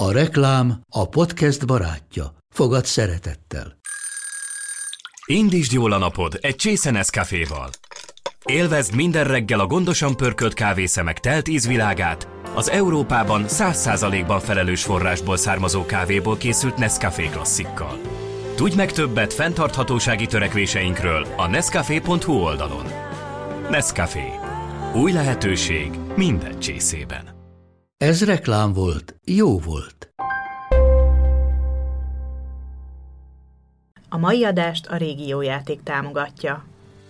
A reklám a podcast barátja. Fogad szeretettel. Indítsd jól a napod egy csésze Nescaféval. Élvezd minden reggel a gondosan pörkölt kávészemek telt ízvilágát, az Európában 100%-ban felelős forrásból származó kávéból készült Nescafé klasszikkal. Tudj meg többet fenntarthatósági törekvéseinkről a nescafé.hu oldalon. Nescafé. Új lehetőség minden csészében. Ez reklám volt, jó volt. A mai adást a Régiójáték támogatja.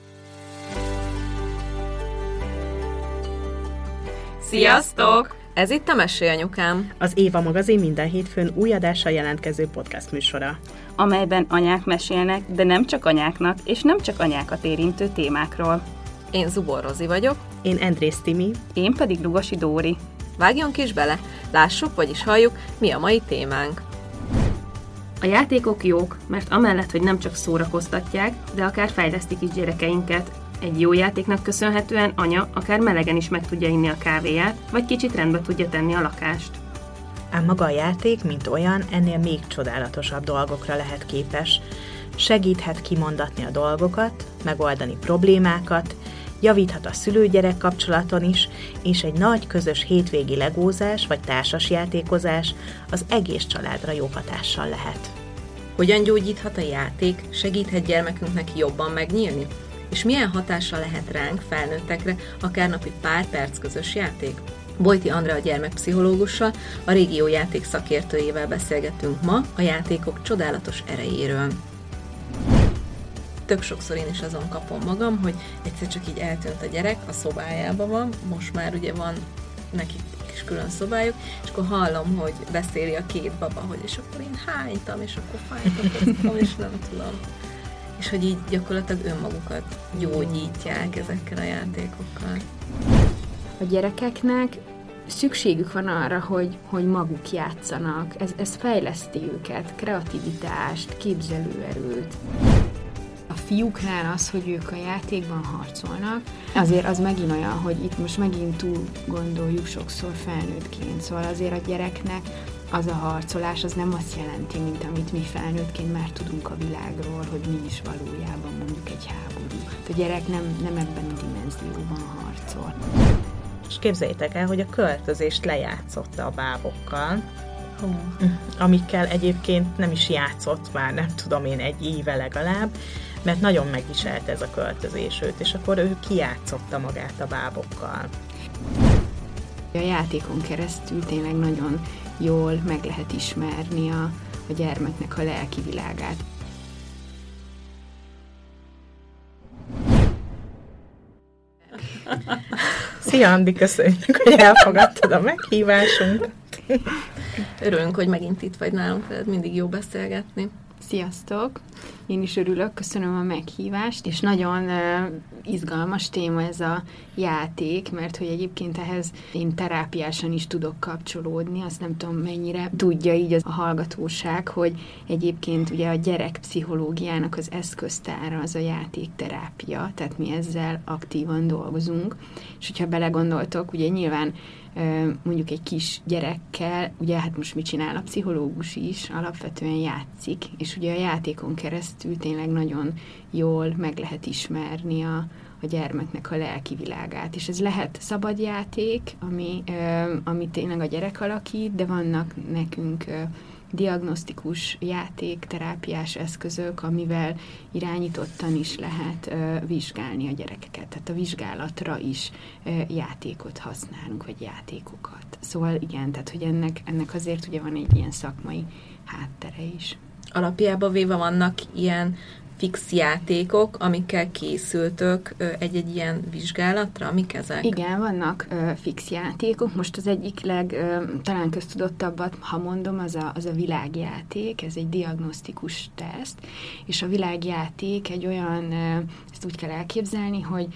Sziasztok! Ez itt a Mesélyanyukám. Az Éva magazin minden hétfőn új adással jelentkező podcast műsora, amelyben anyák mesélnek, de nem csak anyáknak, és nem csak anyákat érintő témákról. Én Zubor Rozi vagyok. Én Endrész Timi. Én pedig Lugosi Dóri. Vágjunk is bele, lássuk, vagyis halljuk, mi a mai témánk. A játékok jók, mert amellett, hogy nem csak szórakoztatják, de akár fejlesztik is gyerekeinket. Egy jó játéknak köszönhetően anya akár melegen is meg tudja inni a kávéját, vagy kicsit rendbe tudja tenni a lakást. Ám maga a játék, mint olyan, ennél még csodálatosabb dolgokra lehet képes. Segíthet kimondatni a dolgokat, megoldani problémákat, javíthat a szülő-gyerek kapcsolaton is, és egy nagy közös hétvégi legózás vagy társasjátékozás az egész családra jó hatással lehet. Hogyan gyógyíthat a játék, segíthet gyermekünknek jobban megnyílni? És milyen hatással lehet ránk, felnőttekre, akár napi pár perc közös játék? Bojti Andrea gyermekpszichológussal, a Régiójáték szakértőjével beszélgetünk ma a játékok csodálatos erejéről. Tök sokszor én is azon kapom magam, hogy egyszer csak így eltűnt a gyerek, a szobájában van, most már ugye van neki kis külön szobájuk, és akkor hallom, hogy beszéli a két baba, hogy és akkor én hánytam, és akkor fájtam, és nem tudom. És hogy így gyakorlatilag önmagukat gyógyítják ezekkel a játékokkal. A gyerekeknek szükségük van arra, hogy maguk játszanak. Ez fejleszti őket, kreativitást, képzelőerőt. A fiúknál az, hogy ők a játékban harcolnak, azért az megint olyan, hogy itt most megint túl gondoljuk sokszor felnőttként. Szóval azért a gyereknek az a harcolás, az nem azt jelenti, mint amit mi felnőttként már tudunk a világról, hogy mi is valójában mondjuk egy háború. A gyerek nem ebben a dimenzióban harcol. És képzeljétek el, hogy a költözést lejátszotta a bábokkal, amikkel egyébként nem is játszott már, nem tudom én, egy éve legalább, mert nagyon megviselte ez a költözés őt, és akkor ő kijátszotta magát a bábokkal. A játékon keresztül tényleg nagyon jól meg lehet ismerni a gyermeknek a lelki világát. Szia Andi, köszönjük, hogy elfogadtad a meghívásunkat. Örülünk, hogy megint itt vagy nálunk, veled mindig jó beszélgetni. Sziasztok! Én is örülök, köszönöm a meghívást, és nagyon izgalmas téma ez a játék, mert hogy egyébként ehhez én terápiásan is tudok kapcsolódni, azt nem tudom mennyire tudja így a hallgatóság, hogy egyébként ugye a gyerekpszichológiának az eszköztára az a játékterápia, tehát mi ezzel aktívan dolgozunk, és hogyha belegondoltok, ugye nyilván mondjuk egy kis gyerekkel, ugye hát most mit csinál a pszichológus is, alapvetően játszik, és ugye a játékon keresztül tényleg nagyon jól meg lehet ismerni a gyermeknek a lelki világát, és ez lehet szabad játék, ami tényleg a gyerek alakít, de vannak nekünk diagnosztikus játék, terápiás eszközök, amivel irányítottan is lehet vizsgálni a gyerekeket. Tehát a vizsgálatra is játékot használunk, vagy játékokat. Szóval igen, tehát hogy ennek azért ugye van egy ilyen szakmai háttere is. Alapjában véve vannak ilyen fix játékok, amikkel készültök egy-egy ilyen vizsgálatra? Amik ezek? Igen, vannak fix játékok. Most az egyik talán köztudottabbat, ha mondom, az a világjáték. Ez egy diagnosztikus teszt, és a világjáték egy olyan, ezt úgy kell elképzelni,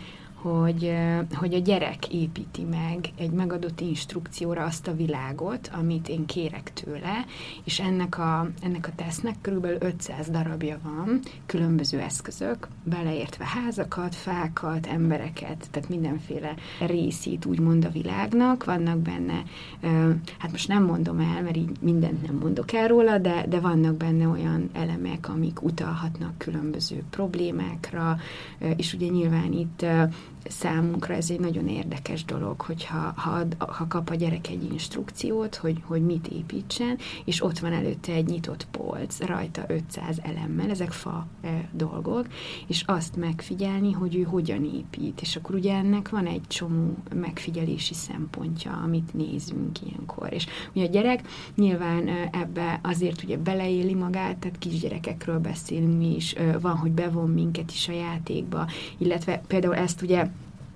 hogy a gyerek építi meg egy megadott instrukcióra azt a világot, amit én kérek tőle, és ennek a tesznek körülbelül 500 darabja van, különböző eszközök, beleértve házakat, fákat, embereket, tehát mindenféle részét úgymond a világnak, vannak benne, hát most nem mondom el, mert így mindent nem mondok el róla, de vannak benne olyan elemek, amik utalhatnak különböző problémákra, és ugye nyilván itt számunkra ez egy nagyon érdekes dolog, hogyha ha kap a gyerek egy instrukciót, hogy mit építsen, és ott van előtte egy nyitott polc, rajta 500 elemmel, ezek fa dolgok, és azt megfigyelni, hogy ő hogyan épít, és akkor ugye ennek van egy csomó megfigyelési szempontja, amit nézünk ilyenkor. És ugye a gyerek nyilván ebbe azért ugye beleéli magát, tehát kisgyerekekről beszélünk mi is, van, hogy bevon minket is a játékba, illetve például ezt ugye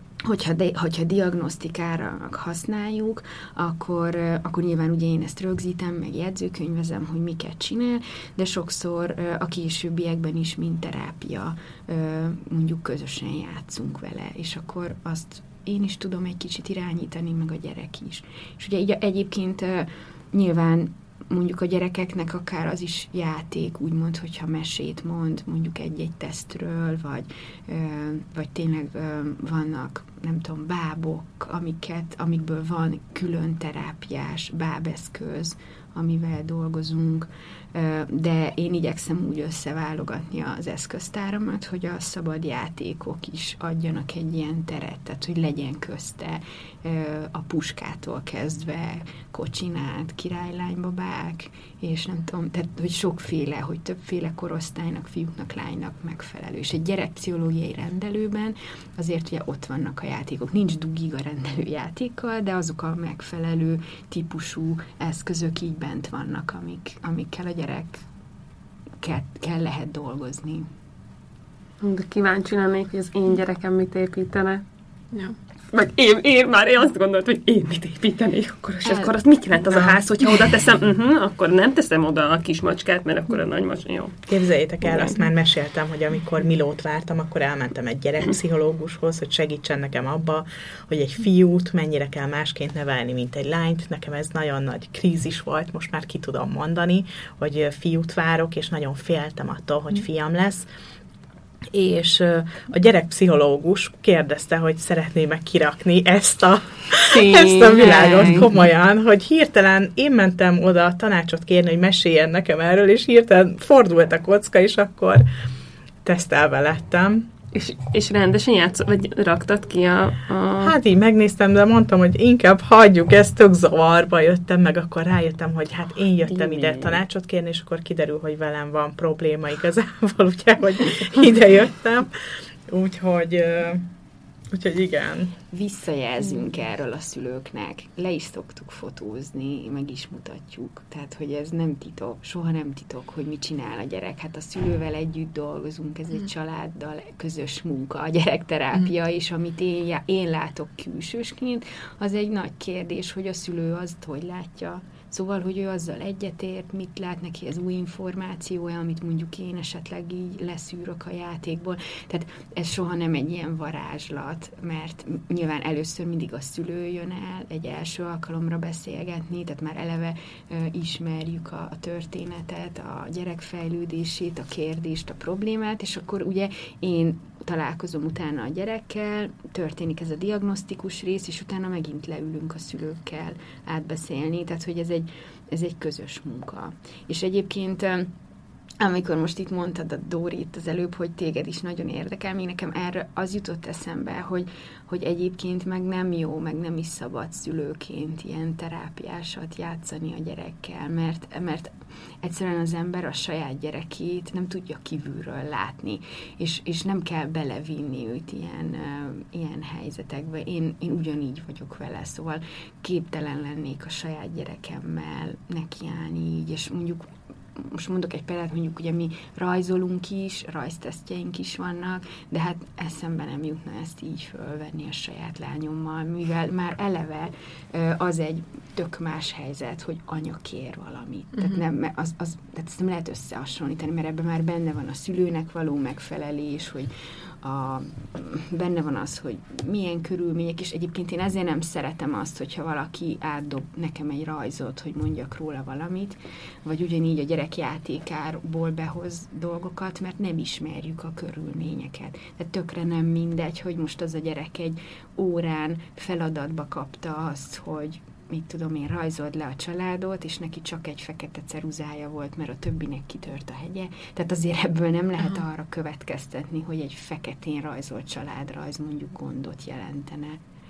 hogyha diagnosztikára használjuk, akkor nyilván ugye én ezt rögzítem, meg jegyzőkönyvezem, hogy miket csinál, de sokszor a későbbiekben is mint terápia mondjuk közösen játszunk vele, és akkor azt én is tudom egy kicsit irányítani, meg a gyerek is. És ugye így egyébként nyilván mondjuk a gyerekeknek akár az is játék, úgymond, hogyha mesét mond, mondjuk egy-egy tesztről, vagy tényleg vannak, nem tudom, bábok, amikből van külön terápiás bábeszköz, amivel dolgozunk, de én igyekszem úgy összeválogatni az eszköztáramat, hogy a szabad játékok is adjanak egy ilyen teret, tehát hogy legyen közte a puskától kezdve kocsinát, királylánybabák, és nem tudom, tehát hogy sokféle, hogy többféle korosztálynak, fiúknak, lánynak megfelelő. És egy gyerekpszichológiai rendelőben azért ugye ott vannak a játékok. Nincs dugig a rendelő játékkal, de azok a megfelelő típusú eszközök így bent vannak, amikkel a gyerekkel lehet dolgozni. De kíváncsi lennék, hogy az én gyerekem mit építene. Ja. Meg én azt gondoltam, hogy én mit építenék, akkor az mit jelent az a ház, hogyha oda teszem, akkor nem teszem oda a kis macskát, mert akkor a nagy macska, jó. Képzeljétek el, azt már meséltem, hogy amikor Milót vártam, akkor elmentem egy gyerekpszichológushoz, hogy segítsen nekem abba, hogy egy fiút mennyire kell másként nevelni, mint egy lányt. Nekem ez nagyon nagy krízis volt, most már ki tudom mondani, hogy fiút várok, és nagyon féltem attól, hogy fiam lesz. És a gyerekpszichológus kérdezte, hogy szeretné meg kirakni ezt a világot komolyan, hogy hirtelen én mentem oda tanácsot kérni, hogy meséljen nekem erről, és hirtelen fordult a kocka, és akkor tesztelve lettem. És rendesen játszott, vagy raktad ki a... Hát így megnéztem, de mondtam, hogy inkább hagyjuk ezt, tök zavarba jöttem, meg akkor rájöttem, hogy hát én jöttem ide tanácsot kérni, és akkor kiderül, hogy velem van probléma igazából, ugye, hogy ide jöttem. Úgyhogy igen. Visszajelzünk erről a szülőknek. Le is szoktuk fotózni, meg is mutatjuk. Tehát, hogy ez nem titok, soha nem titok, hogy mit csinál a gyerek. Hát a szülővel együtt dolgozunk, ez egy családdal közös munka, a gyerekterápia, és amit én látok külsősként, az egy nagy kérdés, hogy a szülő azt hogy látja. Szóval, hogy ő azzal egyetért, mit lát neki az új információja, amit mondjuk én esetleg így leszűrök a játékból. Tehát ez soha nem egy ilyen varázslat, mert nyilván először mindig a szülő jön el egy első alkalomra beszélgetni, tehát már eleve ismerjük a történetet, a gyerek fejlődését, a kérdést, a problémát, és akkor ugye én találkozom utána a gyerekkel, történik ez a diagnosztikus rész, és utána megint leülünk a szülőkkel átbeszélni, tehát hogy ez egy közös munka. És egyébként amikor most itt mondtad a Dórit az előbb, hogy téged is nagyon érdekel, még nekem erre az jutott eszembe, hogy egyébként meg nem jó, meg nem is szabad szülőként ilyen terápiásat játszani a gyerekkel, mert egyszerűen az ember a saját gyerekét nem tudja kívülről látni, és nem kell belevinni őt ilyen helyzetekbe. Én ugyanígy vagyok vele, szóval képtelen lennék a saját gyerekemmel nekiállni így, és most mondok egy példát, mondjuk ugye mi rajzolunk is, rajztesztjeink is vannak, de hát eszembe nem jutna ezt így fölvenni a saját lányommal, mivel már eleve az egy tök más helyzet, hogy anya kér valamit. Tehát, tehát ezt nem lehet összehasonlítani, mert ebben már benne van a szülőnek való megfelelés, benne van az, hogy milyen körülmények, és egyébként én ezért nem szeretem azt, hogyha valaki átdob nekem egy rajzot, hogy mondjak róla valamit, vagy ugyanígy a gyerek játékából behoz dolgokat, mert nem ismerjük a körülményeket. Tehát tökre nem mindegy, hogy most az a gyerek egy órán feladatba kapta azt, hogy mit tudom én, rajzold le a családot, és neki csak egy fekete ceruzája volt, mert a többinek kitört a hegye. Tehát azért ebből nem lehet arra következtetni, hogy egy feketén rajzolt családrajz mondjuk gondot jelentene.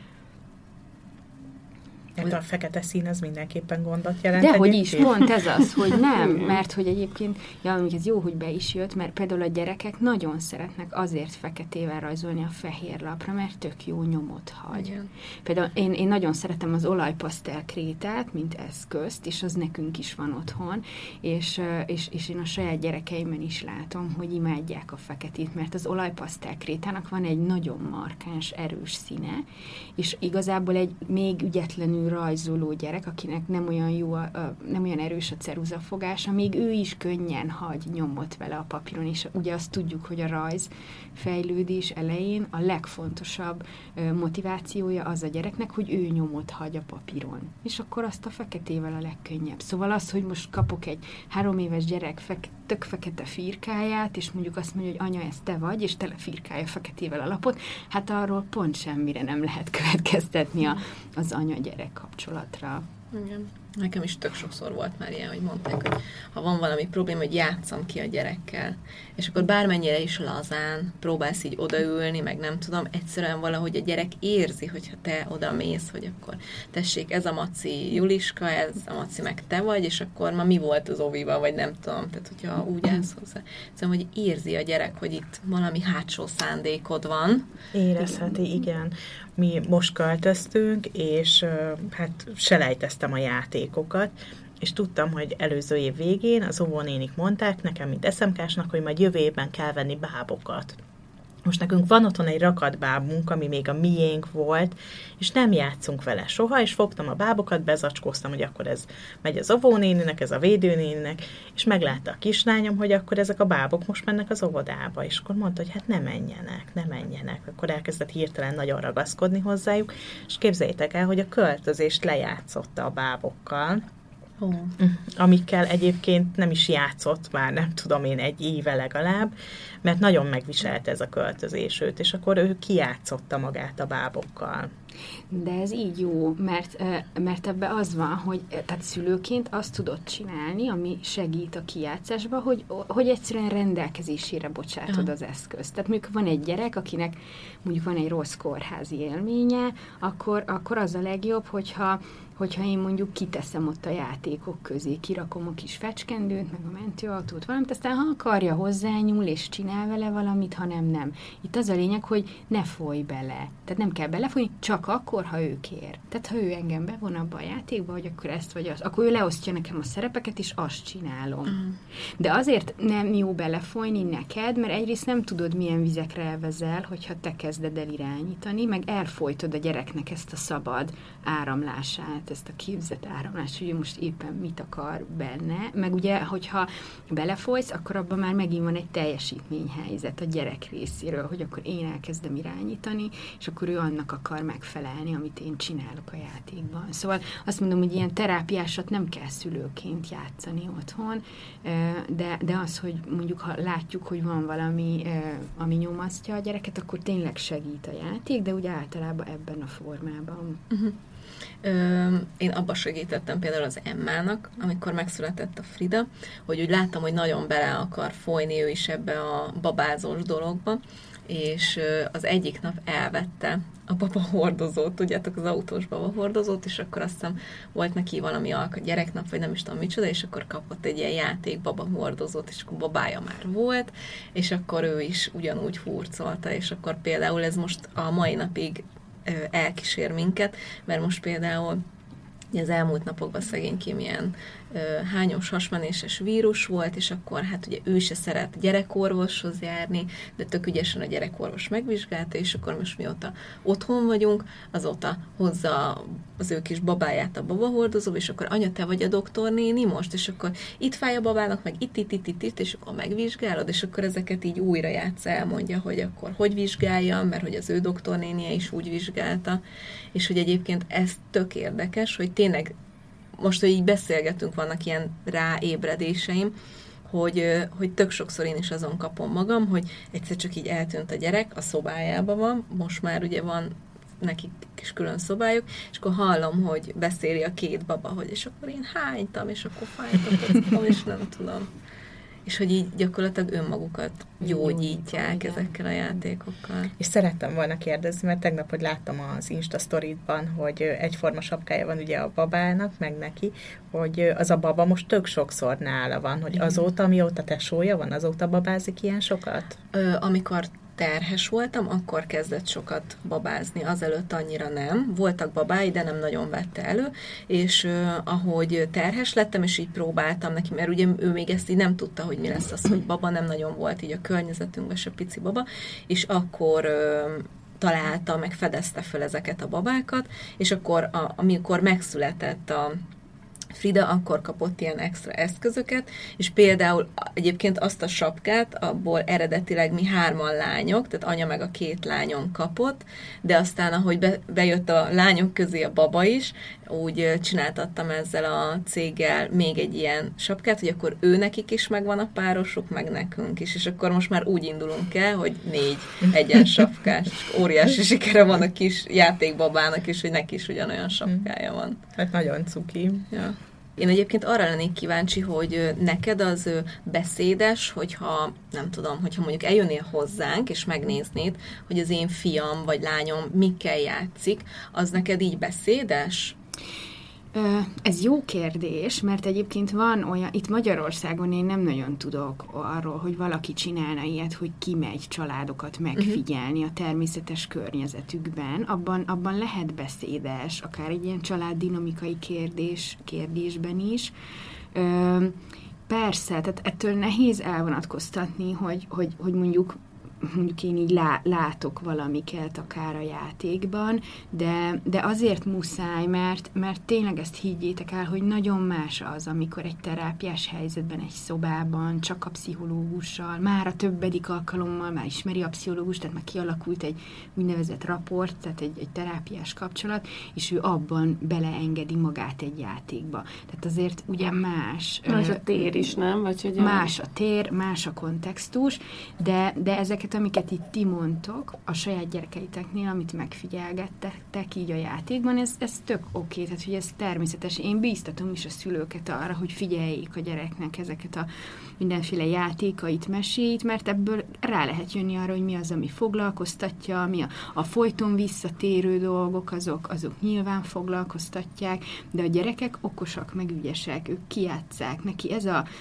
Hát a fekete szín az mindenképpen gondot jelent. Dehogy is, pont ez az, hogy nem, mert hogy egyébként, ez jó, hogy be is jött, mert például a gyerekek nagyon szeretnek azért feketével rajzolni a fehér lapra, mert tök jó nyomot hagy. Igen. Például én nagyon szeretem az olajpasztel krétát, mint eszközt, és az nekünk is van otthon, és én a saját gyerekeimben is látom, hogy imádják a feketét, mert az olajpasztel krétának van egy nagyon markáns, erős színe, és igazából egy még ügyetlenül rajzoló gyerek, akinek nem olyan jó, nem olyan erős a ceruzafogása, még ő is könnyen hagy nyomot vele a papíron, és ugye azt tudjuk, hogy a rajz fejlődés elején a legfontosabb motivációja az a gyereknek, hogy ő nyomot hagy a papíron. És akkor azt a feketével a legkönnyebb. Szóval az, hogy most kapok egy 3 éves gyerek tök fekete firkáját, és mondjuk azt mondja, hogy anya, ez te vagy, és tele firkálja feketével a lapot, hát arról pont semmire nem lehet következtetni az anya-gyerek kapcsolatra. Igen. Nekem is tök sokszor volt már ilyen, hogy mondták, hogy ha van valami probléma, hogy játsszam ki a gyerekkel. És akkor bármennyire is lazán próbálsz így odaülni, meg nem tudom, egyszerűen valahogy a gyerek érzi, hogyha te oda mész, hogy akkor tessék, ez a maci Juliska, ez a maci meg te vagy, és akkor ma mi volt az ovival, vagy nem tudom, tehát hogyha úgy állsz hozzá. Szóval, hogy érzi a gyerek, hogy itt valami hátsó szándékod van. Érezheti, igen. Mi most költöztünk, és hát selejteztem a játékokat, és tudtam, hogy előző év végén az óvónénik mondták nekem, mint SMK-snak, hogy majd jövő évben kell venni bábokat. Most nekünk van otthon egy rakatbábunk, ami még a miénk volt, és nem játszunk vele soha, és fogtam a bábokat, bezacskóztam, hogy akkor ez megy az óvónéninek, ez a védőnéninek, és meglátta a kislányom, hogy akkor ezek a bábok most mennek az óvodába, és akkor mondta, hogy hát ne menjenek. Akkor elkezdett hirtelen nagyon ragaszkodni hozzájuk, és képzeljétek el, hogy a költözést lejátszotta a bábokkal, amikkel egyébként nem is játszott már, nem tudom én, 1 éve legalább, mert nagyon megviselte ez a költözés őt, és akkor ő kijátszotta magát a bábokkal. De ez így jó, mert ebbe az van, hogy tehát szülőként azt tudod csinálni, ami segít a kijátszásba, hogy egyszerűen rendelkezésére bocsátod az eszközt. Tehát mondjuk van egy gyerek, akinek mondjuk van egy rossz kórházi élménye, akkor az a legjobb, hogyha én mondjuk kiteszem ott a játékok közé, kirakom a kis fecskendőt, meg a mentőautót, valamit, aztán ha akarja, hozzányúl és csinál vele valamit, hanem nem. Itt az a lényeg, hogy ne folyj bele. Tehát nem kell belefolyni, csak akkor, ha ő kér. Tehát ha ő engem bevon abba a játékba, hogy akkor ezt vagy azt, akkor ő leosztja nekem a szerepeket, és azt csinálom. De azért nem jó belefolyni neked, mert egyrészt nem tudod, milyen vizekre elvezel, hogyha te kezded el irányítani, meg elfolytod a gyereknek ezt a szabad áramlását, ezt a képzett áramlást, hogy ő most éppen mit akar benne, meg ugye, hogyha belefolysz, akkor abban már megint van egy teljesítményhelyzet a gyerek részéről, hogy akkor én elkezdem irányítani, és akkor ő annak akar megfelelni, amit én csinálok a játékban. Szóval azt mondom, hogy ilyen terápiásat nem kell szülőként játszani otthon, de az, hogy mondjuk, ha látjuk, hogy van valami, ami nyomasztja a gyereket, akkor tényleg segít a játék, de ugye általában ebben a formában. Én abba segítettem például az Emmának, amikor megszületett a Frida, hogy úgy láttam, hogy nagyon bele akar folyni ő is ebbe a babázós dologba, és az egyik nap elvette a babahordozót, tudjátok, az autós babahordozót, és akkor azt hiszem volt neki valami gyereknap, vagy nem is tudom micsoda, és akkor kapott egy ilyen játék babahordozót, és akkor babája már volt, és akkor ő is ugyanúgy hurcolta, és akkor például ez most a mai napig elkísér minket, mert most például az elmúlt napokban szegénykém ilyen hányos hasmenéses vírus volt, és akkor hát ugye ő se szeret gyerekorvoshoz járni, de tök ügyesen a gyerekorvos megvizsgálta, és akkor most mióta otthon vagyunk, azóta hozza az ő kis babáját a babahordozó, és akkor anya, te vagy a doktornéni most, és akkor itt fáj a babának, meg itt, és akkor megvizsgálod, és akkor ezeket így újra játsz, elmondja, hogy akkor hogy vizsgáljam, mert hogy az ő doktornénie is úgy vizsgálta, és hogy egyébként ez tök érdekes, hogy tényleg most, hogy így beszélgetünk, vannak ilyen ráébredéseim, hogy tök sokszor én is azon kapom magam, hogy egyszer csak így eltűnt a gyerek, a szobájában van, most már ugye van nekik is külön szobájuk, és akkor hallom, hogy beszéli a két baba, hogy és akkor én hánytam, és akkor fájtam, és nem tudom. És hogy így gyakorlatilag önmagukat gyógyítják ezekkel a játékokkal. És szerettem volna kérdezni, mert tegnap, hogy láttam az Insta Story-ban, hogy egyforma sapkája van ugye a babának, meg neki, hogy az a baba most tök sokszor nála van, hogy azóta, mióta tesója van, azóta babázik ilyen sokat? Amikor terhes voltam, akkor kezdett sokat babázni, azelőtt annyira nem. Voltak babái, de nem nagyon vette elő, és ahogy terhes lettem, és így próbáltam neki, mert ugye ő még ezt így nem tudta, hogy mi lesz az, hogy baba, nem nagyon volt így a környezetünkben se pici baba, és akkor találta, meg fedezte fel ezeket a babákat, és akkor amikor megszületett a Frida, akkor kapott ilyen extra eszközöket, és például egyébként azt a sapkát, abból eredetileg mi 3 lányok, tehát anya meg a 2 lányom kapott, de aztán, ahogy bejött a lányok közé a baba is, úgy csináltattam ezzel a céggel még egy ilyen sapkát, hogy akkor ő nekik is megvan a párosuk, meg nekünk is, és akkor most már úgy indulunk el, hogy 4 egyen sapkás. Óriási sikere van a kis játékbabának is, hogy neki is ugyanolyan sapkája van. Hát nagyon cuki. Ja. Én egyébként arra lennék kíváncsi, hogy neked az beszédes, hogyha, nem tudom, hogyha mondjuk eljönnél hozzánk, és megnéznéd, hogy az én fiam vagy lányom mikkel játszik, az neked így beszédes? Ez jó kérdés, mert egyébként van olyan, itt Magyarországon én nem nagyon tudok arról, hogy valaki csinálna ilyet, hogy kimegy családokat megfigyelni a természetes környezetükben. Abban lehet beszédes, akár egy ilyen családdinamikai kérdésben is. Persze, tehát ettől nehéz elvonatkoztatni, hogy mondjuk én így látok valamiket akár a játékban, de azért muszáj, mert tényleg ezt higgyétek el, hogy nagyon más az, amikor egy terápiás helyzetben, egy szobában, csak a pszichológussal, már a többedik alkalommal már ismeri a pszichológus, tehát már kialakult egy úgynevezett raport, tehát egy terápiás kapcsolat, és ő abban beleengedi magát egy játékba. Tehát azért ugye más. Más a tér is, nem? Vagy hogy más a tér, más a kontextus, de ezeket, amiket itt ti mondtok, a saját gyerekeiteknél, amit megfigyelgettek így a játékban, ez tök oké, tehát hogy ez természetes. Én bíztatom is a szülőket arra, hogy figyeljék a gyereknek ezeket a mindenféle játékait, meséit, mert ebből rá lehet jönni arra, hogy mi az, ami foglalkoztatja, mi a folyton visszatérő dolgok, azok nyilván foglalkoztatják, de a gyerekek okosak, meg ügyesek, ők kijátsszák, neki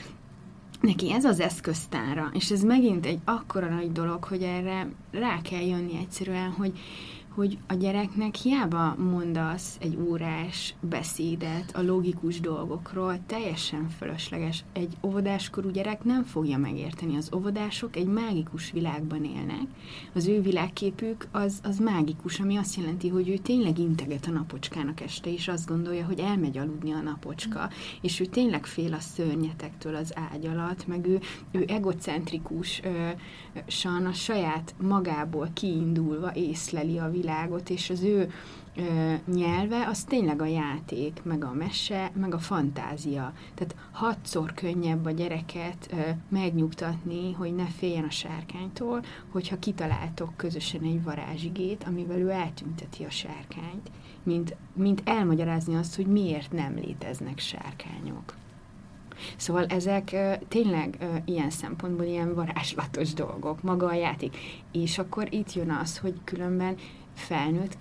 ez az eszköztára, és ez megint egy akkora nagy dolog, hogy erre rá kell jönni egyszerűen, hogy a gyereknek hiába mondasz egy órás beszédet a logikus dolgokról, teljesen fölösleges. Egy óvodáskorú gyerek nem fogja megérteni. Az óvodások egy mágikus világban élnek. Az ő világképük az mágikus, ami azt jelenti, hogy ő tényleg integet a napocskának este, és azt gondolja, hogy elmegy aludni a napocska, és ő tényleg fél a szörnyetektől az ágy alatt, meg ő egocentrikusan a saját magából kiindulva észleli a világot, és az ő nyelve, az tényleg a játék, meg a mese, meg a fantázia. Tehát 6-szor könnyebb a gyereket megnyugtatni, hogy ne féljen a sárkánytól, hogyha kitaláltok közösen egy varázsigét, amivel ő eltünteti a sárkányt, mint elmagyarázni azt, hogy miért nem léteznek sárkányok. Szóval ezek tényleg ilyen szempontból ilyen varázslatos dolgok, maga a játék. És akkor itt jön az, hogy különben felnőttként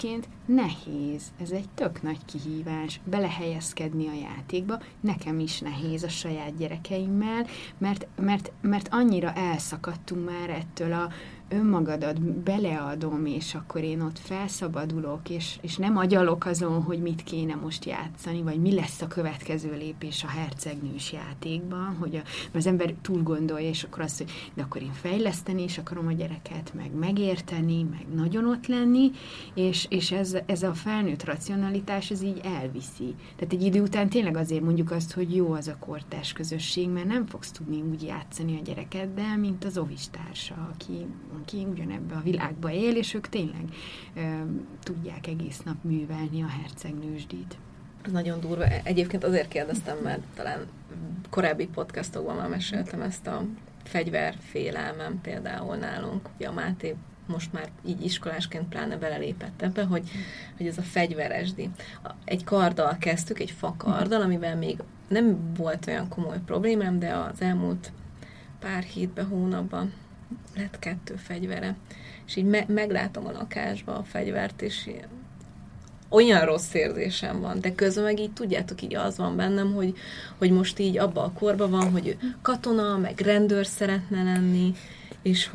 nehéz, ez egy tök nagy kihívás, belehelyezkedni a játékba, nekem is nehéz a saját gyerekeimmel, mert annyira elszakadtunk már ettől a önmagadat beleadom, és akkor én ott felszabadulok, és nem agyalok azon, hogy mit kéne most játszani, vagy mi lesz a következő lépés a hercegnős játékban, hogy az ember túl gondolja, és akkor azt, hogy de akkor én fejleszteni is akarom a gyereket, meg megérteni, meg nagyon ott lenni, és ez a felnőtt racionalitás, ez így elviszi. Tehát egy idő után tényleg azért mondjuk azt, hogy jó az a kortárs közösség, mert nem fogsz tudni úgy játszani a gyerekeddel, mint az ovistársa, aki ugyanebbe a világba él, és ők tényleg tudják egész nap művelni a hercegnősdit. Ez nagyon durva. Egyébként azért kérdeztem, mert talán korábbi podcastokban már meséltem ezt a fegyverfélelmem például nálunk. Ugye a Máté most már így iskolásként pláne belelépett ebbe, hogy ez a fegyveresdi. Egy karddal kezdtük, egy fakarddal, amivel még nem volt olyan komoly problémám, de az elmúlt pár hétben, hónapban lett 2 fegyvere. És így meglátom a lakásba a fegyvert, és olyan rossz érzésem van, de közben meg így tudjátok, így az van bennem, hogy most így abban a korban van, hogy ő katona, meg rendőr szeretne lenni, és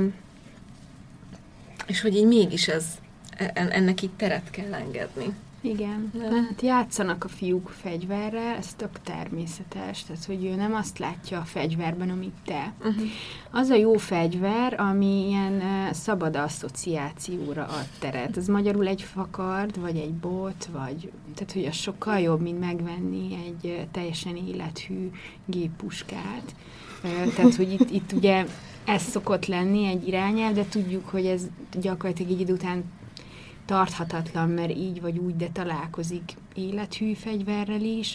hogy így mégis ennek így teret kell engedni. Igen, hát játszanak a fiúk fegyverrel, ez tök természetes, tehát hogy ő nem azt látja a fegyverben, amit te. Az a jó fegyver, ami ilyen szabad asszociációra ad teret. Ez magyarul egy fakard, vagy egy bot, tehát hogy az sokkal jobb, mint megvenni egy teljesen élethű géppuskát. Tehát, hogy itt ugye ez szokott lenni egy irányelv, de tudjuk, hogy ez gyakorlatilag egy idő után tarthatatlan, mert így vagy úgy, de találkozik élethű fegyverrel is.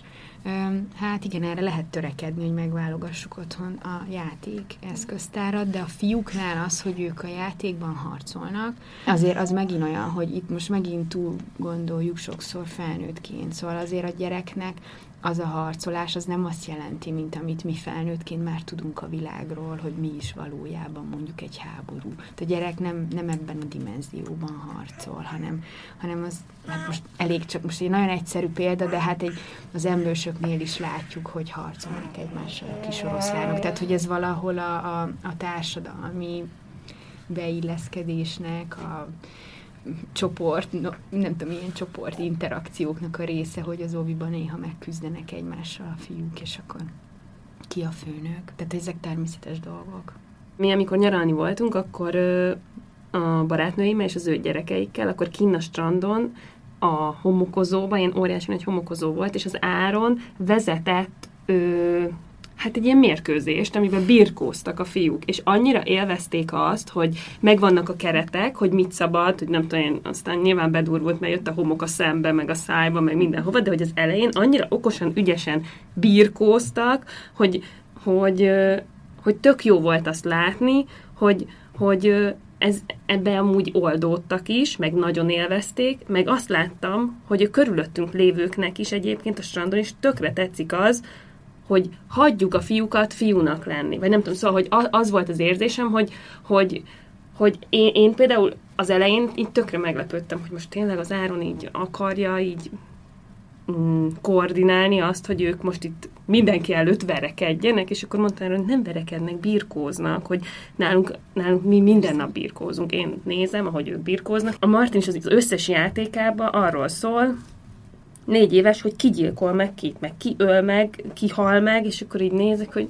Hát igen, erre lehet törekedni, hogy megválogassuk otthon a játék eszköztárat, de a fiúknál az, hogy ők a játékban harcolnak, azért az megint olyan, hogy itt most megint túl gondoljuk sokszor felnőttként. Szóval azért a gyereknek az a harcolás, az nem azt jelenti, mint amit mi felnőttként már tudunk a világról, hogy mi is valójában mondjuk egy háború. A gyerek nem ebben a dimenzióban harcol, hanem az, hát most elég csak most egy nagyon egyszerű példa, de hát az emlősöknél is látjuk, hogy harcolnak egymással a kis oroszlánok. Tehát, hogy ez valahol a társadalmi beilleszkedésnek, a csoport, nem tudom, ilyen csoport interakcióknak a része, hogy az óviban néha megküzdenek egymással a fiúk, és akkor ki a főnök. Tehát ezek természetes dolgok. Mi, amikor nyaralni voltunk, akkor a barátnőimmel és az ő gyerekeikkel, akkor kinn a strandon, a homokozóban, ilyen óriási nagy homokozó volt, és az áron vezetett hát egy ilyen mérkőzést, amiben birkóztak a fiúk, és annyira élvezték azt, hogy megvannak a keretek, hogy mit szabad, hogy nem tudom, aztán nyilván bedurvult, mert jött a homok a szembe, meg a szájba, meg mindenhova, de hogy az elején annyira okosan, ügyesen birkóztak, hogy tök jó volt azt látni, hogy ebbe amúgy oldódtak is, meg nagyon élvezték, meg azt láttam, hogy a körülöttünk lévőknek is egyébként a strandon is tökre tetszik az, hogy hagyjuk a fiúkat fiúnak lenni. Vagy nem tudom, szóval, hogy az volt az érzésem, hogy én például az elején így tökre meglepődtem, hogy most tényleg az Áron így akarja így koordinálni azt, hogy ők most itt mindenki előtt verekedjenek, és akkor mondtam, hogy nem verekednek, birkóznak, hogy nálunk mi minden nap birkózunk. Én nézem, ahogy ők birkóznak. A Martin is az összes játékában arról szól, 4 éves, hogy ki gyilkol meg kit, meg ki öl meg, ki hal meg, és akkor így nézek, hogy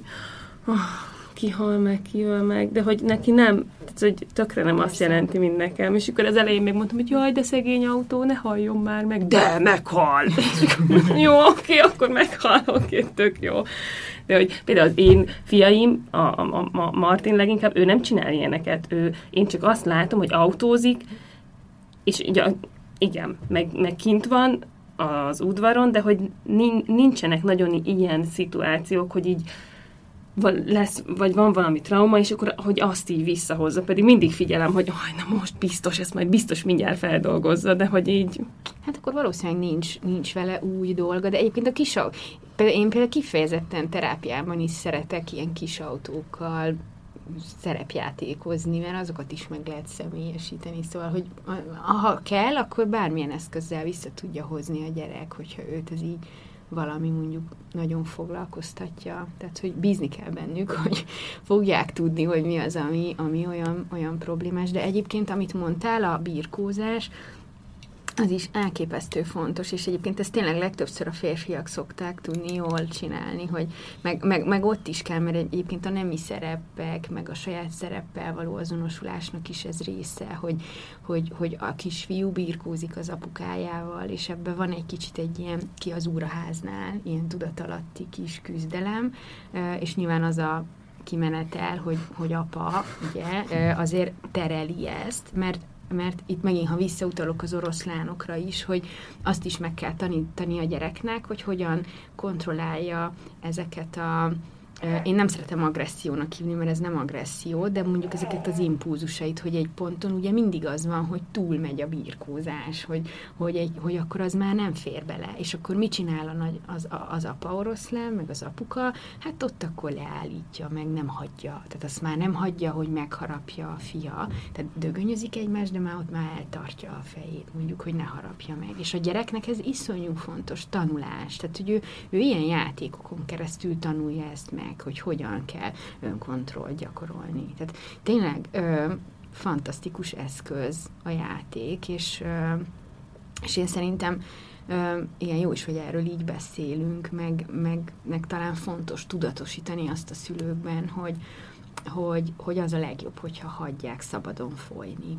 ki hal meg, ki öl meg, de hogy neki nem, tehát, hogy tökre nem azt jelenti, mint nekem. És akkor az elején még mondtam, hogy jaj, de szegény autó, ne halljon már meg, de meghal! Jó, oké, akkor meghal, oké, tök jó. De hogy például az én fiaim, a Martin leginkább, ő nem csinál ilyeneket, én csak azt látom, hogy autózik, és ugye, igen, meg kint van az udvaron, de hogy nincsenek nagyon ilyen szituációk, hogy így lesz, vagy van valami trauma, és akkor hogy azt így visszahozza. Pedig mindig figyelem, hogy na most biztos, ezt majd biztos mindjárt feldolgozza, de hogy így... Hát akkor valószínűleg nincs vele új dolga, de egyébként én például kifejezetten terápiában is szeretek ilyen kis autókkal szerepjátékozni, mert azokat is meg lehet személyesíteni. Szóval, hogy ha kell, akkor bármilyen eszközzel vissza tudja hozni a gyerek, hogyha őt ez így valami mondjuk nagyon foglalkoztatja. Tehát, hogy bízni kell bennük, hogy fogják tudni, hogy mi az, ami olyan problémás. De egyébként, amit mondtál, a birkózás, az is elképesztő fontos, és egyébként ezt tényleg legtöbbször a férfiak szokták tudni jól csinálni, hogy meg ott is kell, mert egyébként a nemi szerepek, meg a saját szereppel való azonosulásnak is ez része, hogy a kisfiú birkózik az apukájával, és ebben van egy kicsit egy ilyen ki az úraháznál, ilyen tudatalatti kis küzdelem, és nyilván az a kimenetel, hogy apa ugye, azért tereli ezt, mert itt megint, ha visszautalok az oroszlánokra is, hogy azt is meg kell tanítani a gyereknek, hogy hogyan kontrollálja ezeket én nem szeretem agressziónak hívni, mert ez nem agresszió, de mondjuk ezeket az impulzusait, hogy egy ponton ugye mindig az van, hogy túlmegy a birkózás, hogy akkor az már nem fér bele, és akkor mit csinál az apa oroszlán, meg az apuka? Hát ott akkor leállítja, meg nem hagyja. Tehát azt már nem hagyja, hogy megharapja a fia. Tehát dögönyözik egymást, de már ott már eltartja a fejét, mondjuk, hogy ne harapja meg. És a gyereknek ez iszonyú fontos tanulás. Tehát, hogy ő ilyen játékokon keresztül tanulja ezt meg, hogy hogyan kell önkontrollt gyakorolni. Tehát tényleg fantasztikus eszköz a játék, és én szerintem igen, jó is, hogy erről így beszélünk, meg talán fontos tudatosítani azt a szülőkben, hogy az a legjobb, hogyha hagyják szabadon folyni.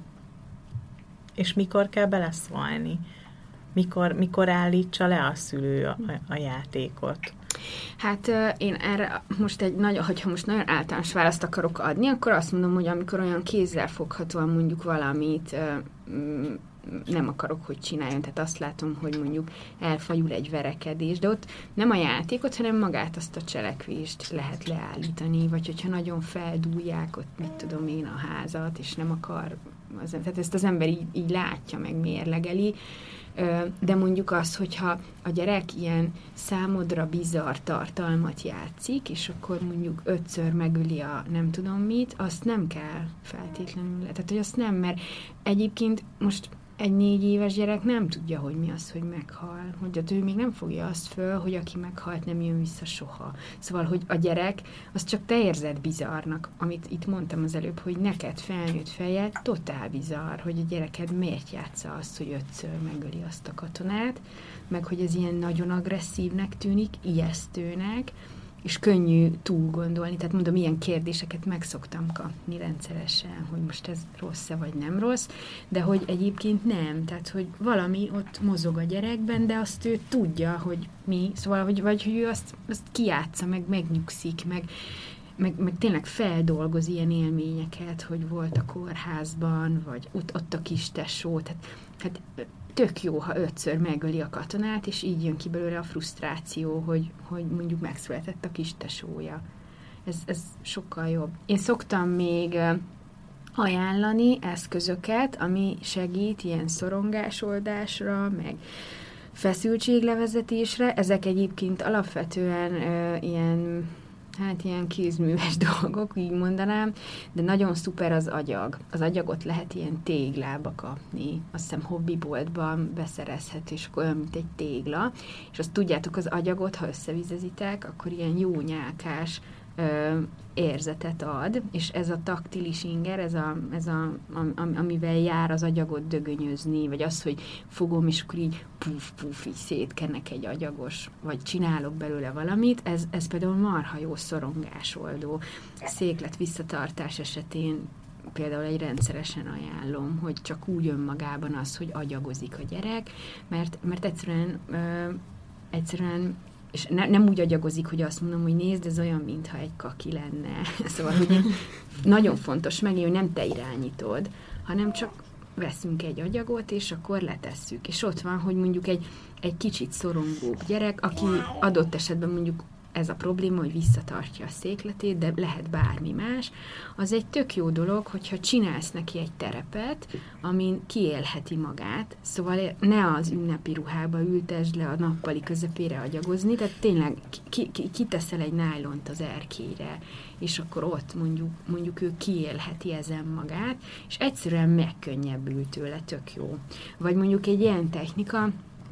És mikor kell beleszólni? Mikor állítsa le a szülő a játékot? Hát én erre hogyha most nagyon általános választ akarok adni, akkor azt mondom, hogy amikor olyan kézzelfoghatóan mondjuk valamit nem akarok, hogy csináljon, tehát azt látom, hogy mondjuk elfajul egy verekedés, de ott nem a játékot, hanem magát azt a cselekvést lehet leállítani, vagy hogyha nagyon feldúlják ott, mit tudom én, a házat, és nem akar, tehát ezt az ember így látja, meg mérlegeli, de mondjuk az, hogyha a gyerek ilyen számodra bizarr tartalmat játszik, és akkor mondjuk 5-ször megüli a nem tudom mit, azt nem kell feltétlenül. Tehát, hogy azt nem, mert egyébként most egy 4 éves gyerek nem tudja, hogy mi az, hogy meghal. Hogy ő még nem fogja azt föl, hogy aki meghalt, nem jön vissza soha. Szóval, hogy a gyerek, az csak te érzed bizarrnak, amit itt mondtam az előbb, hogy neked felnőtt fejjel totál bizarr, hogy a gyereked miért játsza azt, hogy 5-ször megöli azt a katonát, meg hogy ez ilyen nagyon agresszívnek tűnik, ijesztőnek, és könnyű túl gondolni. Tehát mondom, ilyen kérdéseket meg szoktam kapni rendszeresen, hogy most ez rossz-e vagy nem rossz, de hogy egyébként nem. Tehát, hogy valami ott mozog a gyerekben, de azt ő tudja, hogy mi, szóval, vagy hogy ő azt kijátsza, meg megnyugszik, meg tényleg feldolgoz ilyen élményeket, hogy volt a kórházban, vagy ott a kis tesó. Tehát tök jó, ha 5-ször megöli a katonát, és így jön ki belőle a frusztráció, hogy mondjuk megszületett a kis tesója. Ez sokkal jobb. Én szoktam még ajánlani eszközöket, ami segít ilyen szorongásoldásra, meg feszültséglevezetésre. Ezek egyébként alapvetően ilyen kézműves dolgok, így mondanám, de nagyon szuper az agyag. Az agyagot lehet ilyen téglába kapni. Azt hiszem hobbiboltban beszerezhető, és akkor olyan, mint egy tégla. És azt tudjátok, az agyagot, ha összevizezitek, akkor ilyen jó nyálkás érzetet ad, és ez a taktilis inger, amivel jár az agyagot dögönyözni, vagy az, hogy fogom, és akkor így puf, így szétkenek egy agyagos, vagy csinálok belőle valamit, ez például marha jó szorongásoldó. Széklet visszatartás esetén például egy rendszeresen ajánlom, hogy csak úgy önmagában az, hogy agyagozik a gyerek, mert egyszerűen és nem úgy agyagozik, hogy azt mondom, hogy nézd, ez olyan, mintha egy kaki lenne. Szóval, hogy nagyon fontos megint, hogy nem te irányítod, hanem csak veszünk egy agyagot, és akkor letesszük. És ott van, hogy mondjuk egy kicsit szorongóbb gyerek, aki adott esetben mondjuk ez a probléma, hogy visszatartja a székletét, de lehet bármi más, az egy tök jó dolog, hogyha csinálsz neki egy terepet, amin kiélheti magát, szóval ne az ünnepi ruhába ültesd le a nappali közepére agyagozni, tehát tényleg kiteszel egy nájlont az erkélyre, és akkor ott mondjuk ő kiélheti ezen magát, és egyszerűen megkönnyebbül tőle, tök jó. Vagy mondjuk egy ilyen technika,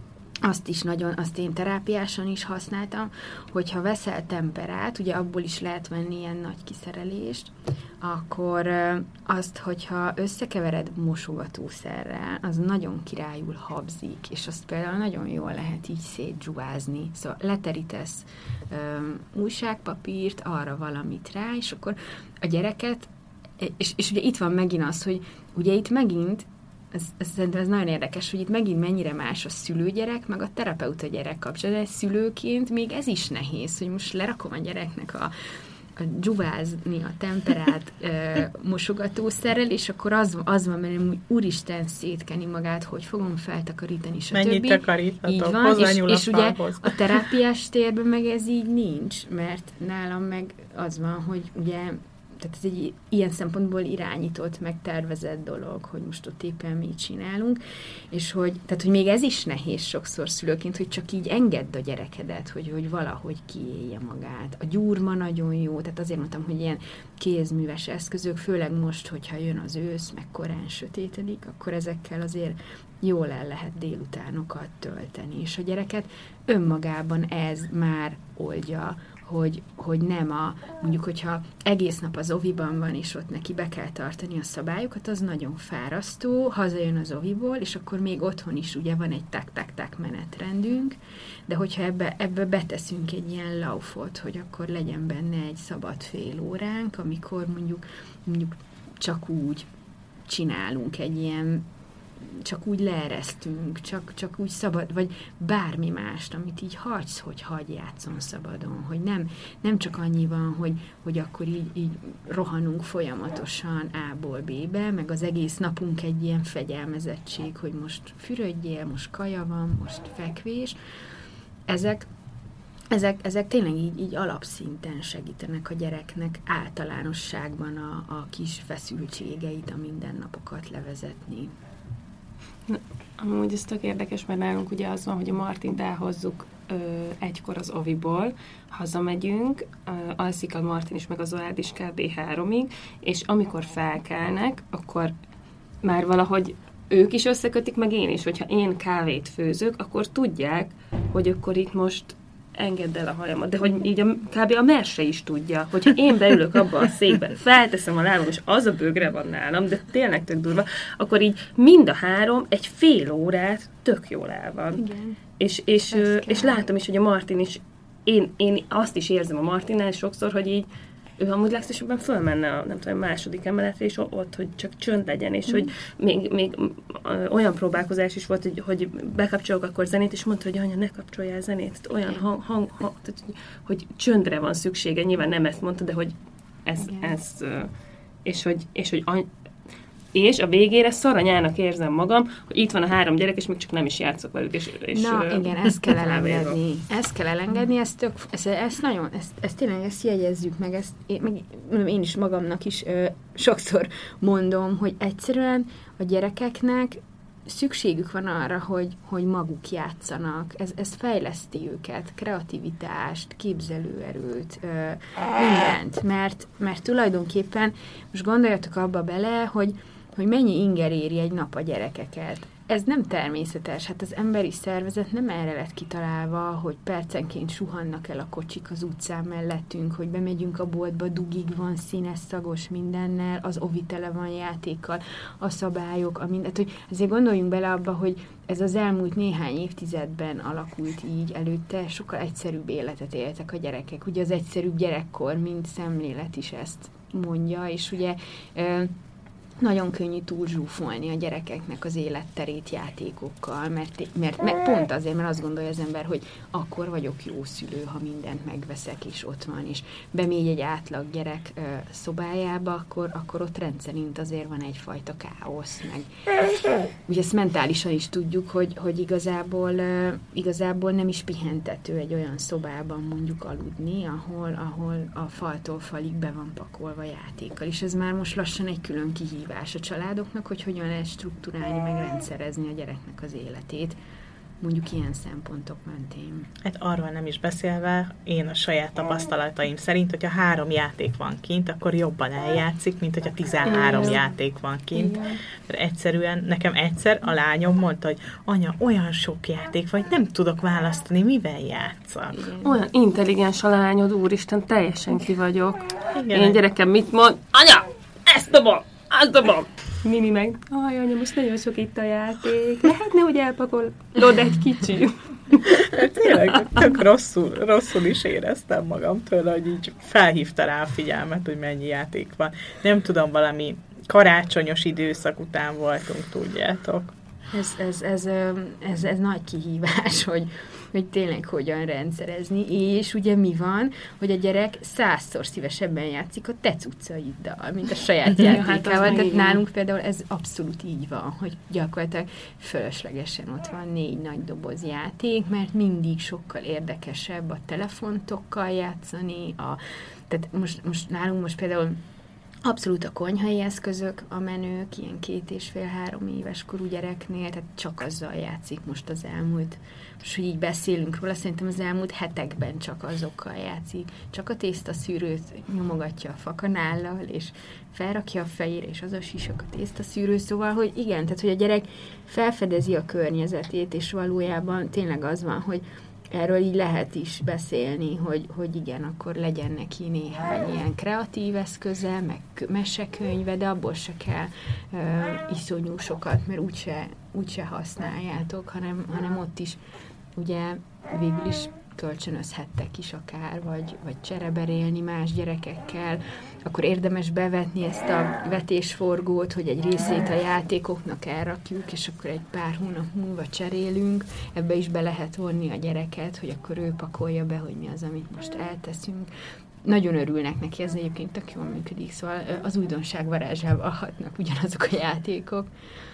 azt én terápiásan is használtam, hogyha veszel temperát, ugye abból is lehet venni ilyen nagy kiszerelést, akkor azt, hogyha összekevered mosogatószerrel, az nagyon királyul habzik, és azt például nagyon jól lehet így szétzsúvázni. Szóval leterítesz újságpapírt, arra valamit rá, és akkor a gyereket, és ugye itt van megint az, hogy ugye itt megint szerintem ez nagyon érdekes, hogy itt megint mennyire más a szülőgyerek, meg a terapeuta gyerek kapcsolatban. De szülőként még ez is nehéz, hogy most lerakom a gyereknek a dzsuvázni a temperát mosogatószerrel, és akkor az van bennem, hogy úristen szétkeni magát, hogy fogom feltakarítani, stb. Mennyit takaríthatok, hozzányúl és ugye a terápiás térben meg ez így nincs, mert nálam meg az van, hogy ugye tehát ez egy ilyen szempontból irányított, meg tervezett dolog, hogy most ott éppen mit csinálunk, és hogy még ez is nehéz sokszor szülőként, hogy csak így engedd a gyerekedet, hogy valahogy kiélje magát. A gyúrma nagyon jó, tehát azért mondtam, hogy ilyen kézműves eszközök, főleg most, hogyha jön az ősz, meg korán sötétedik, akkor ezekkel azért jól el lehet délutánokat tölteni, és a gyereket önmagában ez már oldja, hogy nem mondjuk, hogyha egész nap az oviban van, és ott neki be kell tartani a szabályokat, az nagyon fárasztó, hazajön az oviból, és akkor még otthon is ugye van egy tak-tak-tak menetrendünk, de hogyha ebbe beteszünk egy ilyen laufot, hogy akkor legyen benne egy szabad fél óránk, amikor mondjuk csak úgy csinálunk egy ilyen, csak úgy leeresztünk, csak úgy szabad, vagy bármi mást, amit így hagysz, hogy hagyj játszon szabadon, hogy nem csak annyi van, hogy akkor így rohanunk folyamatosan A-ból B-be, meg az egész napunk egy ilyen fegyelmezettség, hogy most fürödjél, most kaja van, most fekvés. Ezek tényleg így alapszinten segítenek a gyereknek általánosságban a kis feszültségeit, a mindennapokat levezetni. Amúgy ez tök érdekes, mert nálunk ugye az van, hogy a Martint elhozzuk egykor az oviból, hazamegyünk, alszik a Martin is, meg az Olád is kb. 3-ig, és amikor felkelnek, akkor már valahogy ők is összekötik, meg én is, hogyha én kávét főzök, akkor tudják, hogy akkor itt most engedd el a hajamat, de hogy így kb. A Merse is tudja, hogyha én beülök abba a székbe, felteszem a lábam, és az a bögre van nálam, de tényleg tök durva, akkor így mind a 3 egy fél órát tök jól el van. Igen. És látom is, hogy a Martin is, én azt is érzem a Martinnál sokszor, hogy így ő amúgy legszívesebben fölmenne a, nem tudom, második emeletre, és ott, hogy csak csönd legyen, és hogy még olyan próbálkozás is volt, hogy bekapcsolok akkor zenét, és mondta, hogy anya, ne kapcsoljál zenét, olyan hang tehát, hogy csöndre van szüksége, nyilván nem ezt mondta, de hogy és a végére szaranyának érzem magam, hogy itt van a 3 gyerek, és még csak nem is játszok velük. Igen, ezt kell elengedni. Ezt tényleg jegyezzük meg, én is magamnak is sokszor mondom, hogy egyszerűen a gyerekeknek szükségük van arra, hogy maguk játszanak. Ez fejleszti őket, kreativitást, képzelőerőt, mindent. Mert tulajdonképpen, most gondoljatok abba bele, hogy mennyi inger éri egy nap a gyerekeket. Ez nem természetes, hát az emberi szervezet nem erre lett kitalálva, hogy percenként suhannak el a kocsik az utcán mellettünk, hogy bemegyünk a boltba, dugig van, színes, szagos mindennel, az ovi tele van játékkal, a szabályok, a mindent, hogy azért gondoljunk bele abba, hogy ez az elmúlt néhány évtizedben alakult így, előtte sokkal egyszerűbb életet éltek a gyerekek. Ugye az egyszerűbb gyerekkor, mint szemlélet is ezt mondja, és ugye nagyon könnyű túlzsúfolni a gyerekeknek az életterét játékokkal, mert pont azért, mert azt gondolja az ember, hogy akkor vagyok jó szülő, ha mindent megveszek, és ott van, és bemegy egy átlag gyerek szobájába, akkor ott rendszerint azért van egyfajta káosz, meg ugye ezt mentálisan is tudjuk, hogy igazából nem is pihentető egy olyan szobában mondjuk aludni, ahol a faltól falig be van pakolva játékkal, és ez már most lassan egy külön kihívás a családoknak, hogy hogyan lehet strukturálni, meg rendszerezni a gyereknek az életét, mondjuk ilyen szempontok mentén. Hát arról nem is beszélve, én a saját tapasztalataim szerint, hogyha 3 játék van kint, akkor jobban eljátszik, mint hogyha 13 játék van kint. Mert egyszerűen, nekem egyszer a lányom mondta, hogy anya, olyan sok játék vagy, nem tudok választani, mivel játszak. Olyan intelligens a lányod, úristen, teljesen ki vagyok. Igen. Én gyerekem mit mond? Anya, ezt dobom! Azt dobom! Mimi meg, anya, most nagyon sok itt a játék. Lehetne, hogy elpakolod egy kicsi. Tényleg, tök rosszul is éreztem magam tőle, hogy így felhívta rá a figyelmet, hogy mennyi játék van. Nem tudom, valami karácsonyos időszak után voltunk, tudjátok. Ez nagy kihívás, hogy tényleg hogyan rendszerezni, és ugye mi van, hogy a gyerek 100-szor szívesebben játszik a te cuccaiddal, mint a saját játékával. Tehát nálunk például ez abszolút így van, hogy gyakorlatilag fölöslegesen ott van 4 nagy doboz játék, mert mindig sokkal érdekesebb a telefontokkal játszani, tehát most nálunk például abszolút a konyhai eszközök a menők, ilyen 2,5-3 éves korú gyereknél, tehát csak azzal játszik most az elmúlt, most hogy így beszélünk róla, szerintem az elmúlt hetekben csak azokkal játszik. Csak a tésztaszűrőt nyomogatja a fakanállal, és felrakja a fejére, és az a sisak a tésztaszűrő, szóval, hogy igen, tehát hogy a gyerek felfedezi a környezetét, és valójában tényleg az van, hogy erről így lehet is beszélni, hogy igen, akkor legyen neki néhány ilyen kreatív eszköze, meg mesekönyve, de abból se kell iszonyú sokat, mert úgyse használjátok, hanem ott is ugye végül is kölcsönözhettek is akár, vagy csereberélni más gyerekekkel, akkor érdemes bevetni ezt a vetésforgót, hogy egy részét a játékoknak elrakjuk, és akkor egy pár hónap múlva cserélünk, ebbe is be lehet vonni a gyereket, hogy akkor ő pakolja be, hogy mi az, amit most elteszünk. Nagyon örülnek neki, ez egyébként tök jól működik, szóval az újdonság varázsával hatnak ugyanazok a játékok.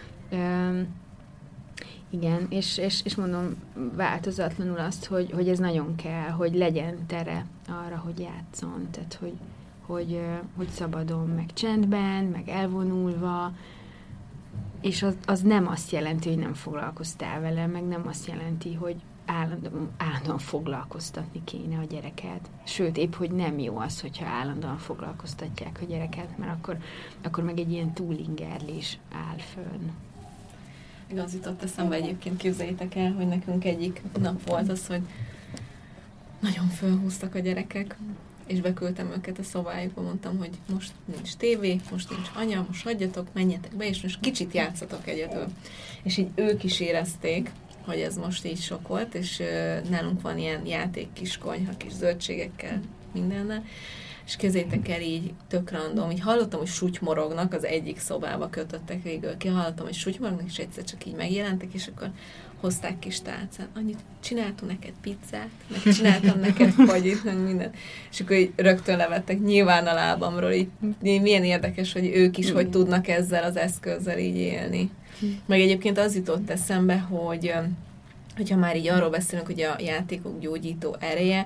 Igen, és mondom változatlanul azt, hogy ez nagyon kell, hogy legyen tere arra, hogy játszon, tehát hogy szabadon, meg csendben, meg elvonulva, és az nem azt jelenti, hogy nem foglalkoztál vele, meg nem azt jelenti, hogy állandóan foglalkoztatni kéne a gyereket. Sőt, épp, hogy nem jó az, hogyha állandóan foglalkoztatják a gyereket, mert akkor meg egy ilyen túlingerlés áll fönn. Igaz, jutott eszembe egyébként, képzeljétek el, hogy nekünk egyik nap volt az, hogy nagyon fölhúztak a gyerekek, és beküldtem őket a szobájukba, mondtam, hogy most nincs tévé, most nincs anya, most hagyjatok, menjetek be, és most kicsit játszatok egyedül. És így ők is érezték, hogy ez most így sok volt, és nálunk van ilyen játék kis konyha, kis zöldségekkel, mindennel, és kezétek el így tök random. Így hallottam, hogy sutymorognak, az egyik szobába kötöttek végül ki, hallottam, hogy sutymorognak, és egyszer csak így megjelentek, és akkor hozták kis tálcán. Annyit csináltunk neked pizzát, meg csináltam neked fagyit, meg mindent. És akkor így rögtön levettek nyilván a lábamról. Így milyen érdekes, hogy ők is hogy tudnak ezzel az eszközzel így élni. Meg egyébként az jutott eszembe, hogyha már így arról beszélünk, hogy a játékok gyógyító ereje,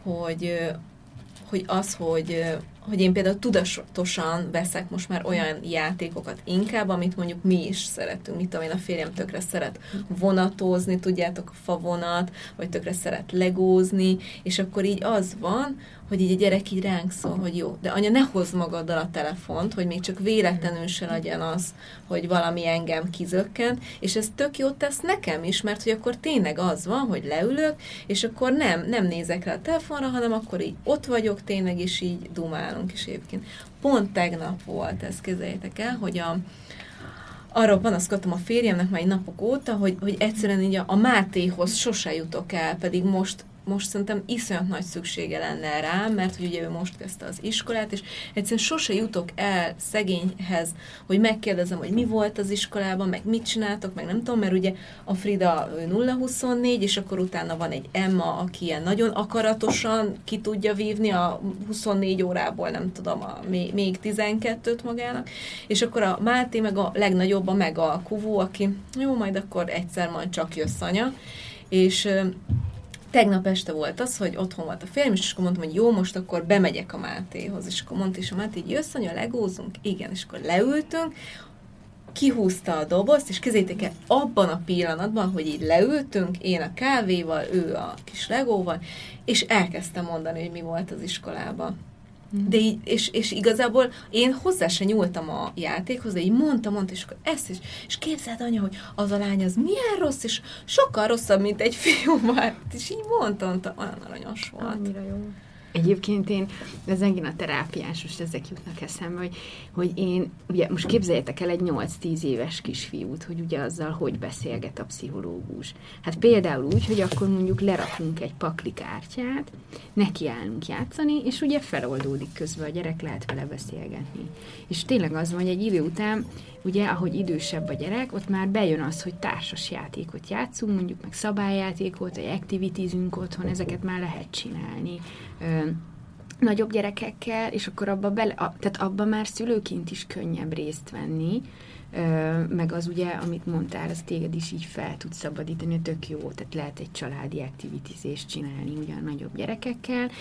hogy én például tudatosan veszek most már olyan játékokat inkább, amit mondjuk mi is szeretünk. Mit tudom én, a férjem tökre szeret vonatozni, tudjátok, a favonat, vagy tökre szeret legózni, és akkor így az van, hogy így a gyerek így ránk szól, hogy jó, de anya, ne hozd magaddal a telefont, hogy még csak véletlenül se legyen az, hogy valami engem kizökkent, és ez tök jót tesz nekem is, mert hogy akkor tényleg az van, hogy leülök, és akkor nem nézek rá a telefonra, hanem akkor így ott vagyok tényleg, és így dumálunk is egyébként. Pont tegnap volt ez, képzeljétek el, hogy arról panaszkodtam a férjemnek már egy napok óta, hogy egyszerűen így a Mátéhoz sose jutok el, pedig most most szerintem iszonyat nagy szüksége lenne rám, mert hogy ugye ő most kezdte az iskolát, és egyszerűen sose jutok el szegényhez, hogy megkérdezem, hogy mi volt az iskolában, meg mit csináltok, meg nem tudom, mert ugye a Frida 0-24, és akkor utána van egy Emma, aki ilyen nagyon akaratosan ki tudja vívni a 24 órából, nem tudom, még 12-t magának, és akkor a Máté meg a legnagyobb, a megalkuvó, aki jó, majd akkor egyszer majd csak jössz anya, és tegnap este volt az, hogy otthon volt a férjem, és akkor mondtam, hogy jó, most akkor bemegyek a Mátéhoz, és akkor mondta is a Máté, hogy jössz anya, legózunk? Igen, és akkor leültünk, kihúzta a dobozt, és képzeljétek el, abban a pillanatban, hogy így leültünk, én a kávéval, ő a kis legóval, és elkezdtem mondani, hogy mi volt az iskolában. De így, és igazából én hozzá se nyúltam a játékhoz, de így mondta, és akkor ezt is, és képzeld anya, hogy az a lány az milyen rossz, és sokkal rosszabb, mint egy fiú már, és így mondtam, olyan aranyos volt. Annyira jó. Egyébként ez megint a terápiás, most ezek jutnak eszembe, hogy én, ugye most képzeljétek el egy 8-10 éves kisfiút, hogy ugye azzal hogy beszélget a pszichológus. Hát például úgy, hogy akkor mondjuk lerakunk egy paklikártyát, nekiállunk játszani, és ugye feloldódik közben a gyerek, lehet vele beszélgetni. És tényleg az van, hogy egy idő után, ugye, ahogy idősebb a gyerek, ott már bejön az, hogy társas játékot játszunk, mondjuk meg szabályjátékot, egy activitiesünk otthon, ezeket már lehet csinálni nagyobb gyerekekkel, és akkor tehát abban már szülőként is könnyebb részt venni, meg az ugye, amit mondtál, az téged is így fel tud szabadítani, tök jó, tehát lehet egy családi activitiesést csinálni ugyan nagyobb gyerekekkel,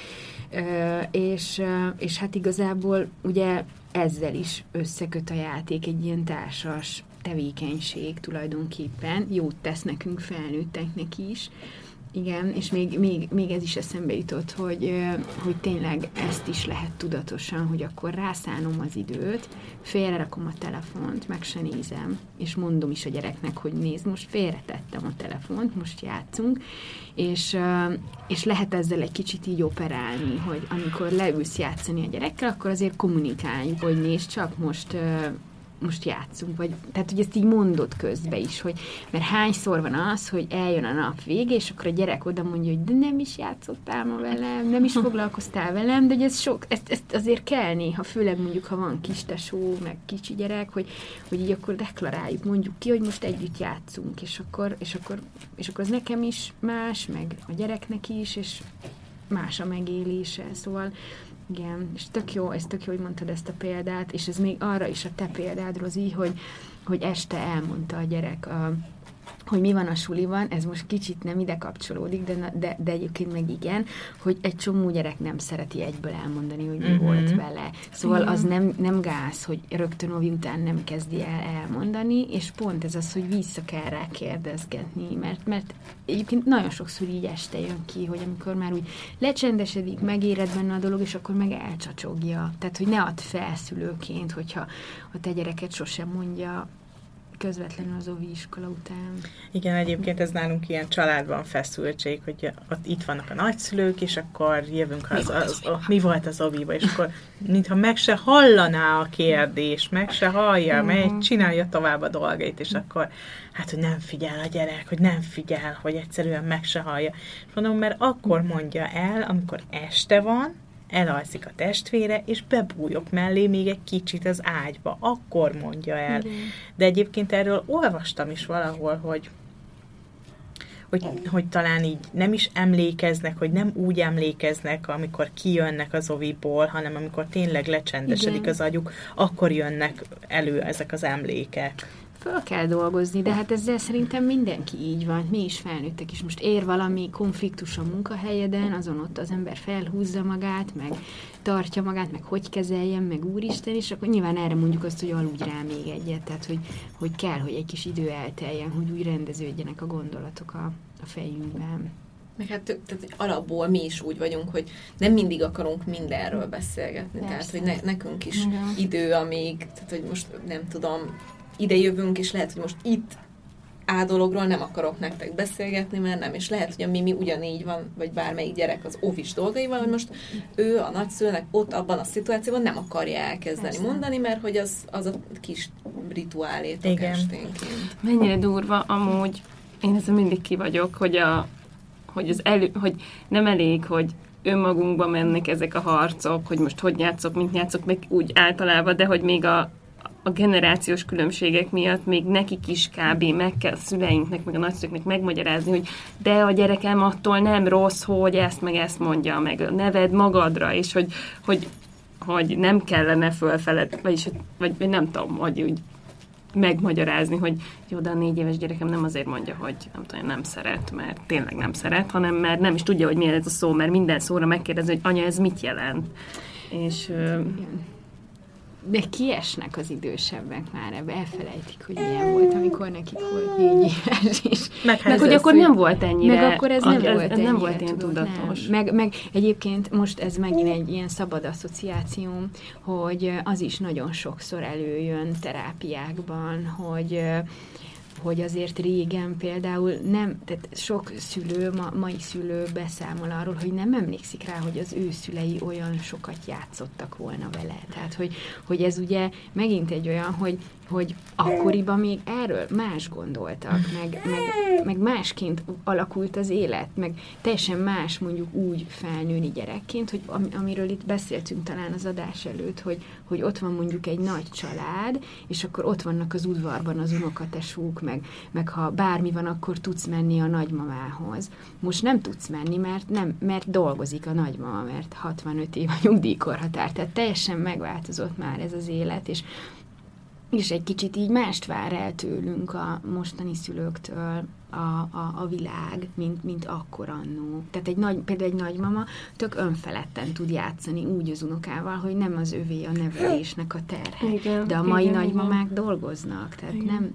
és hát igazából ugye ezzel is összeköt a játék, egy ilyen társas tevékenység tulajdonképpen, jót tesz nekünk felnőtteknek is. Igen, és még ez is eszembe jutott, hogy tényleg ezt is lehet tudatosan, hogy akkor rászánom az időt, félrerakom a telefont, meg se nézem, és mondom is a gyereknek, hogy nézd, most félretettem a telefont, most játszunk, és lehet ezzel egy kicsit így operálni, hogy amikor leülsz játszani a gyerekkel, akkor azért kommunikáljuk, hogy nézd csak, most játszunk, vagy, tehát hogy ezt így mondod közbe is, hogy, mert hányszor van az, hogy eljön a nap vége, és akkor a gyerek oda mondja, hogy de nem is játszottál ma velem, nem is foglalkoztál velem, de hogy ez sok, ezt azért kell néha, főleg mondjuk, ha van kis tesó, meg kicsi gyerek, hogy így akkor deklaráljuk, mondjuk ki, hogy most együtt játszunk, és akkor az nekem is más, meg a gyereknek is, és más a megélése, szóval igen, és tök jó, hogy mondtad ezt a példát, és ez még arra is a te példád, Rozi, hogy este elmondta a gyerek, hogy mi van a suliban, ez most kicsit nem ide kapcsolódik, de egyébként meg igen, hogy egy csomó gyerek nem szereti egyből elmondani, hogy mi volt vele. Szóval az nem gáz, hogy rögtön ovi után nem kezdi el elmondani, és pont ez az, hogy vissza kell rá kérdezgetni, mert egyébként nagyon sokszor így este jön ki, hogy amikor már úgy lecsendesedik, megéred benne a dolog, és akkor meg elcsacsogja. Tehát, hogy ne add fel szülőként, hogyha a te gyereket sosem mondja közvetlenül az óvi iskola után. Igen, egyébként ez nálunk ilyen családban feszültség, hogy ott itt vannak a nagyszülők, és akkor jövünk mi volt az óviba, és akkor mintha meg se hallaná a kérdés, meg se hallja, mert csinálja tovább a dolgait, és akkor hát, hogy nem figyel a gyerek, hogy nem figyel, hogy egyszerűen meg se hallja. És mondom, mert akkor mondja el, amikor este van, elalszik a testvére, és bebújok mellé még egy kicsit az ágyba. Akkor mondja el. De egyébként erről olvastam is valahol, hogy talán így nem is emlékeznek, hogy nem úgy emlékeznek, amikor kijönnek az oviból, hanem amikor tényleg lecsendesedik az agyuk, akkor jönnek elő ezek az emlékek. Föl kell dolgozni, de hát ezzel szerintem mindenki így van, mi is felnőttek is. Most ér valami konfliktus a munkahelyeden, azon ott az ember felhúzza magát, meg tartja magát, meg hogy kezeljen, meg úristen, és akkor nyilván erre mondjuk azt, hogy aludj rá még egyet, tehát hogy kell, hogy egy kis idő elteljen, hogy úgy rendeződjenek a gondolatok a fejünkben. Meg hát tehát alapból mi is úgy vagyunk, hogy nem mindig akarunk mindenről beszélgetni, tehát hogy nekünk is idő, amíg, tehát hogy most nem tudom, ide jövünk, és lehet, hogy most itt A dologról nem akarok nektek beszélgetni, mert nem, és lehet, hogy a Mimi ugyanígy van, vagy bármelyik gyerek az óvis dolgaival, hogy most ő a nagyszülőnek ott abban a szituációban nem akarja elkezdeni mondani, mert hogy az a kis rituálétok esténként. Mennyire durva amúgy, én ezzel mindig ki vagyok, hogy hogy nem elég, hogy önmagunkba mennek ezek a harcok, hogy most hogy játszok, mint játszok, meg úgy általában, de hogy még a generációs különbségek miatt még nekik is kb. Meg kell a szüleinknek, meg a nagyszülőknek megmagyarázni, hogy de a gyerekem attól nem rossz, hogy ezt meg ezt mondja, meg neved magadra, és hogy nem kellene fölfeled, vagy nem tudom, hogy úgy megmagyarázni, hogy jó, de a 4 éves gyerekem nem azért mondja, hogy nem tudom, nem szeret, mert tényleg nem szeret, hanem mert nem is tudja, hogy milyen ez a szó, mert minden szóra megkérdezni, hogy anya, ez mit jelent. És... De kiesnek az idősebbek már ebbe, elfelejtik, hogy ilyen volt, amikor nekik volt 4 éves is. Meg hogy akkor nem volt ennyire. Meg akkor ez nem volt ilyen tudatos. Meg egyébként most ez megint egy ilyen szabad asszociációm, hogy az is nagyon sokszor előjön terápiákban, hogy azért régen például nem, tehát sok szülő, mai szülő beszámol arról, hogy nem emlékszik rá, hogy az ő szülei olyan sokat játszottak volna vele. Tehát, hogy ez ugye megint egy olyan, hogy akkoriban még erről más gondoltak, meg másként alakult az élet, meg teljesen más mondjuk úgy felnőni gyerekként, hogy amiről itt beszéltünk talán az adás előtt, hogy ott van mondjuk egy nagy család, és akkor ott vannak az udvarban az unokatesók, meg ha bármi van, akkor tudsz menni a nagymamához. Most nem tudsz menni, mert dolgozik a nagymama, mert 65 év a nyugdíjkorhatár, tehát teljesen megváltozott már ez az élet, és egy kicsit így mást vár el tőlünk a mostani szülőktől a világ, mint akkor annó. Tehát például egy nagymama tök önfeledten tud játszani úgy az unokával, hogy nem az övé a nevelésnek a terhe. Igen, de a mai nagymamák dolgoznak, tehát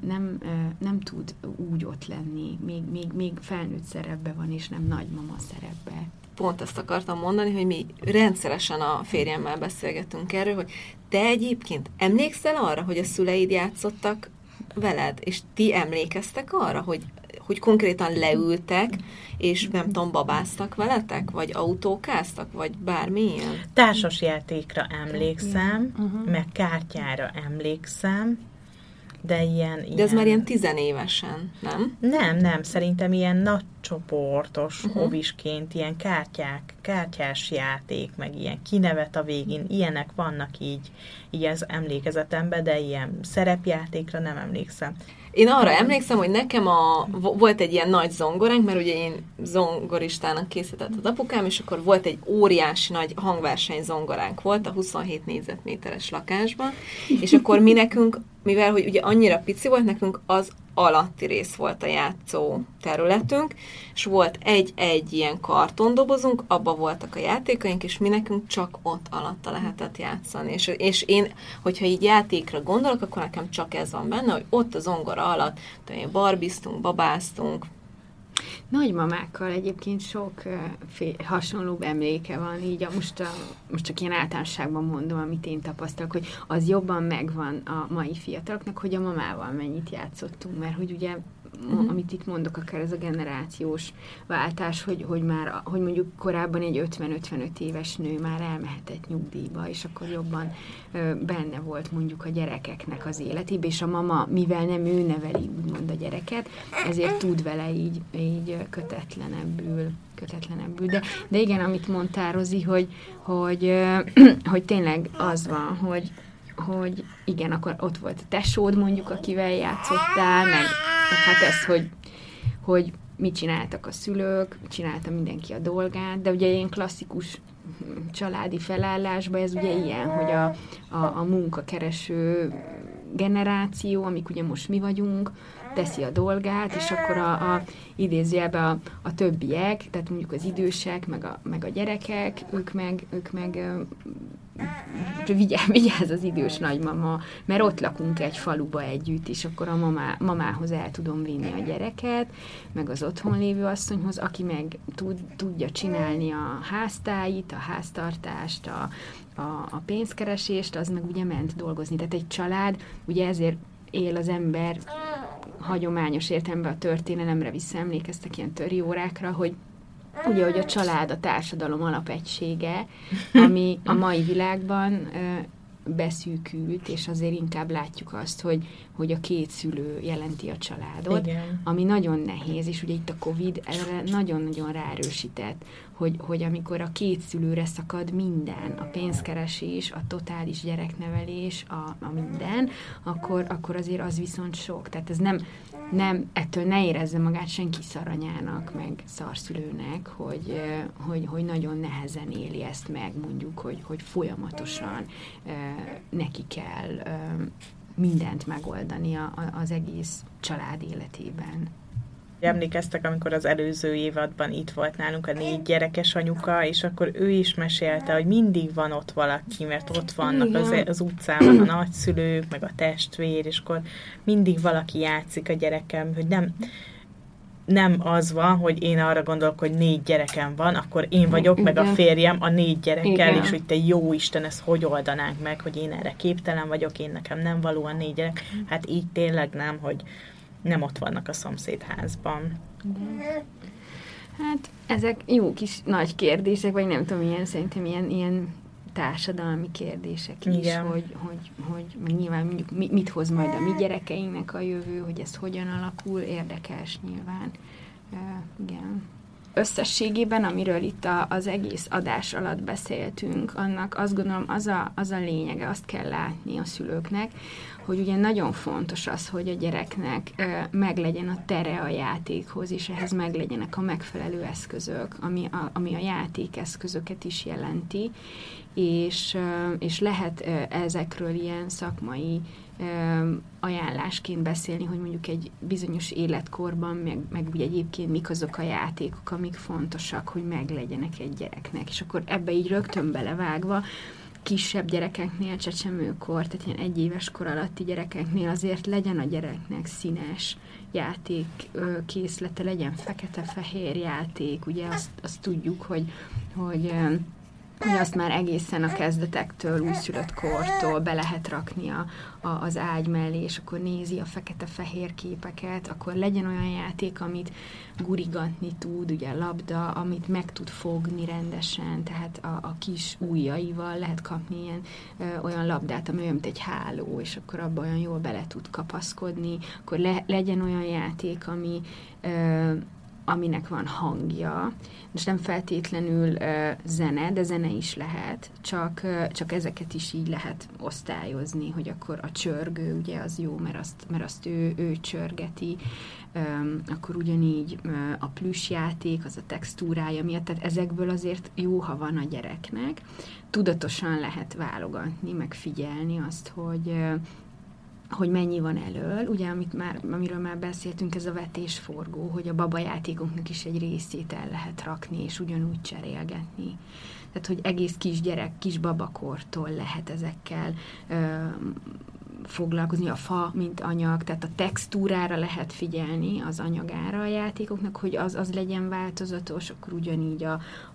nem tud úgy ott lenni, még felnőtt szerepben van, és nem nagymama szerepben. Pont ezt akartam mondani, hogy mi rendszeresen a férjemmel beszélgetünk erről, hogy te egyébként emlékszel arra, hogy a szüleid játszottak veled, és ti emlékeztek arra, hogy konkrétan leültek, és nem tudom, babáztak veletek, vagy autókáztak, vagy bármilyen? Társasjátékra emlékszem, meg kártyára emlékszem, de De ez már ilyen 10 évesen, nem? Nem, szerintem ilyen nagycsoportos ovisként, ilyen kártyás játék, meg ilyen kinevet a végén, ilyenek vannak így az emlékezetemben, de ilyen szerepjátékra nem emlékszem. Én arra emlékszem, hogy nekem volt egy ilyen nagy zongoránk, mert ugye én zongoristának készített az apukám, és akkor volt egy óriási nagy hangverseny zongoránk volt a 27 négyzetméteres lakásban, és akkor mi nekünk, mivel hogy ugye annyira pici volt, nekünk az alatti rész volt a játszó területünk, és volt egy ilyen kartondobozunk, abba voltak a játékaink, és mi nekünk csak ott alatta lehetett játszani. És én, hogyha így játékra gondolok, akkor nekem csak ez van benne, hogy ott a zongora alatt barbiztunk, babáztunk. Nagymamákkal egyébként sok hasonló emléke van, így most csak ilyen általánosságban mondom, amit én tapasztalok, hogy az jobban megvan a mai fiataloknak, hogy a mamával mennyit játszottunk, mert hogy ugye, amit itt mondok, akár ez a generációs váltás, hogy mondjuk korábban egy 50-55 éves nő már elmehetett nyugdíjba, és akkor jobban benne volt mondjuk a gyerekeknek az életében, és a mama, mivel nem ő neveli úgymond a gyereket, ezért tud vele így kötetlenebbül. De igen, amit mondtál, Rozi, hogy tényleg az van, hogy igen, akkor ott volt a tesód mondjuk, akivel játszottál, meg hát ez, hogy mit csináltak a szülők, csinálta mindenki a dolgát, de ugye ilyen klasszikus családi felállásban ez ugye ilyen, hogy a munkakereső generáció, amik ugye most mi vagyunk, teszi a dolgát, és akkor idézőjelben a többiek, tehát mondjuk az idősek, meg a gyerekek, ők meg vigyáz az idős nagymama, mert ott lakunk egy faluba együtt, és akkor a mamához el tudom vinni a gyereket, meg az otthon lévő asszonyhoz, aki meg tudja csinálni a háztáit, a háztartást, a pénzkeresést, az meg ugye ment dolgozni. Tehát egy család, ugye ezért él az ember hagyományos értelemben a történelemre visszaemlékeztek ilyen töri órákra, hogy ugye, hogy a család a társadalom alapegysége, ami a mai világban beszűkült, és azért inkább látjuk azt, hogy a két szülő jelenti a családot, Igen. ami nagyon nehéz, és ugye itt a Covid erre nagyon-nagyon ráerősített, hogy amikor a két szülőre szakad minden, a pénzkeresés, a totális gyereknevelés, a minden, akkor azért az viszont sok. Tehát ez nem ettől ne érezze magát senki szaranyának, meg szarszülőnek, hogy nagyon nehezen éli ezt meg, mondjuk, hogy folyamatosan neki kell mindent megoldani az egész család életében. Emlékeztek, amikor az előző évadban itt volt nálunk a 4 gyerekes anyuka, és akkor ő is mesélte, hogy mindig van ott valaki, mert ott vannak az utcában a nagyszülők, meg a testvér, és akkor mindig valaki játszik a gyerekem, hogy nem az van, hogy én arra gondolok, hogy 4 gyerekem van, akkor én vagyok, meg a férjem a 4 gyerekkel, igen. És hogy te jó Isten, ezt hogy oldanánk meg, hogy én erre képtelen vagyok, én nekem nem való a 4 gyerek. Hát így tényleg nem, hogy nem ott vannak a szomszédházban. Hát ezek jó kis nagy kérdések, vagy nem tudom, szerintem ilyen társadalmi kérdések is, igen. hogy nyilván mondjuk mit hoz majd a mi gyerekeinknek a jövő, hogy ez hogyan alakul, érdekes nyilván. Igen. Összességében, amiről itt az egész adás alatt beszéltünk, annak azt gondolom az a lényege, azt kell látni a szülőknek, hogy ugye nagyon fontos az, hogy a gyereknek meglegyen a tere a játékhoz, és ehhez meglegyenek a megfelelő eszközök, ami a játékeszközöket is jelenti, és lehet ezekről ilyen szakmai ajánlásként beszélni, hogy mondjuk egy bizonyos életkorban, meg ugye egyébként mik azok a játékok, amik fontosak, hogy meglegyenek egy gyereknek. És akkor ebbe így rögtön belevágva, kisebb gyerekeknél, csecsemőkor, tehát ilyen 1 éves kor alatti gyerekeknél azért legyen a gyereknek színes játékkészlete, legyen fekete-fehér játék, ugye azt tudjuk, hogy azt már egészen a kezdetektől, újszülött kortól be lehet rakni az ágy mellé, és akkor nézi a fekete-fehér képeket, akkor legyen olyan játék, amit gurigatni tud, ugye labda, amit meg tud fogni rendesen, tehát a kis ujjaival lehet kapni olyan labdát, ami olyan, mint egy háló, és akkor abban olyan jól bele tud kapaszkodni, akkor legyen olyan játék, aminek van hangja, most nem feltétlenül zene, de zene is lehet, csak ezeket is így lehet osztályozni, hogy akkor a csörgő, ugye az jó, mert azt ő csörgeti, akkor ugyanígy a plüss játék, az a textúrája miatt, tehát ezekből azért jó, ha van a gyereknek. Tudatosan lehet válogatni, meg figyelni azt, hogy mennyi van elől, ugye, amiről már beszéltünk, ez a vetésforgó, hogy a babajátékoknak is egy részét el lehet rakni, és ugyanúgy cserélgetni. Tehát, hogy egész kisgyerek, kis babakortól lehet ezekkel foglalkozni, a fa, mint anyag, tehát a textúrára lehet figyelni, az anyagára a játékoknak, hogy az legyen változatos, akkor ugyanígy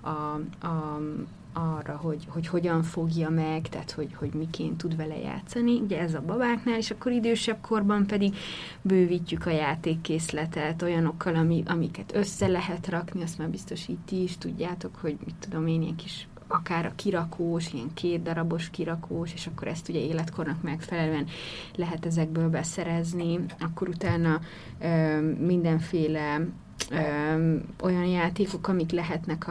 arra, hogy hogyan fogja meg, tehát hogy miként tud vele játszani. Ugye ez a babáknál, és akkor idősebb korban pedig bővítjük a játékkészletet olyanokkal, amiket össze lehet rakni, azt már biztos így ti is tudjátok, hogy mit tudom én, ilyen kis akár a kirakós, ilyen 2 darabos kirakós, és akkor ezt ugye életkornak megfelelően lehet ezekből beszerezni. Akkor utána mindenféle olyan játékok, amik lehetnek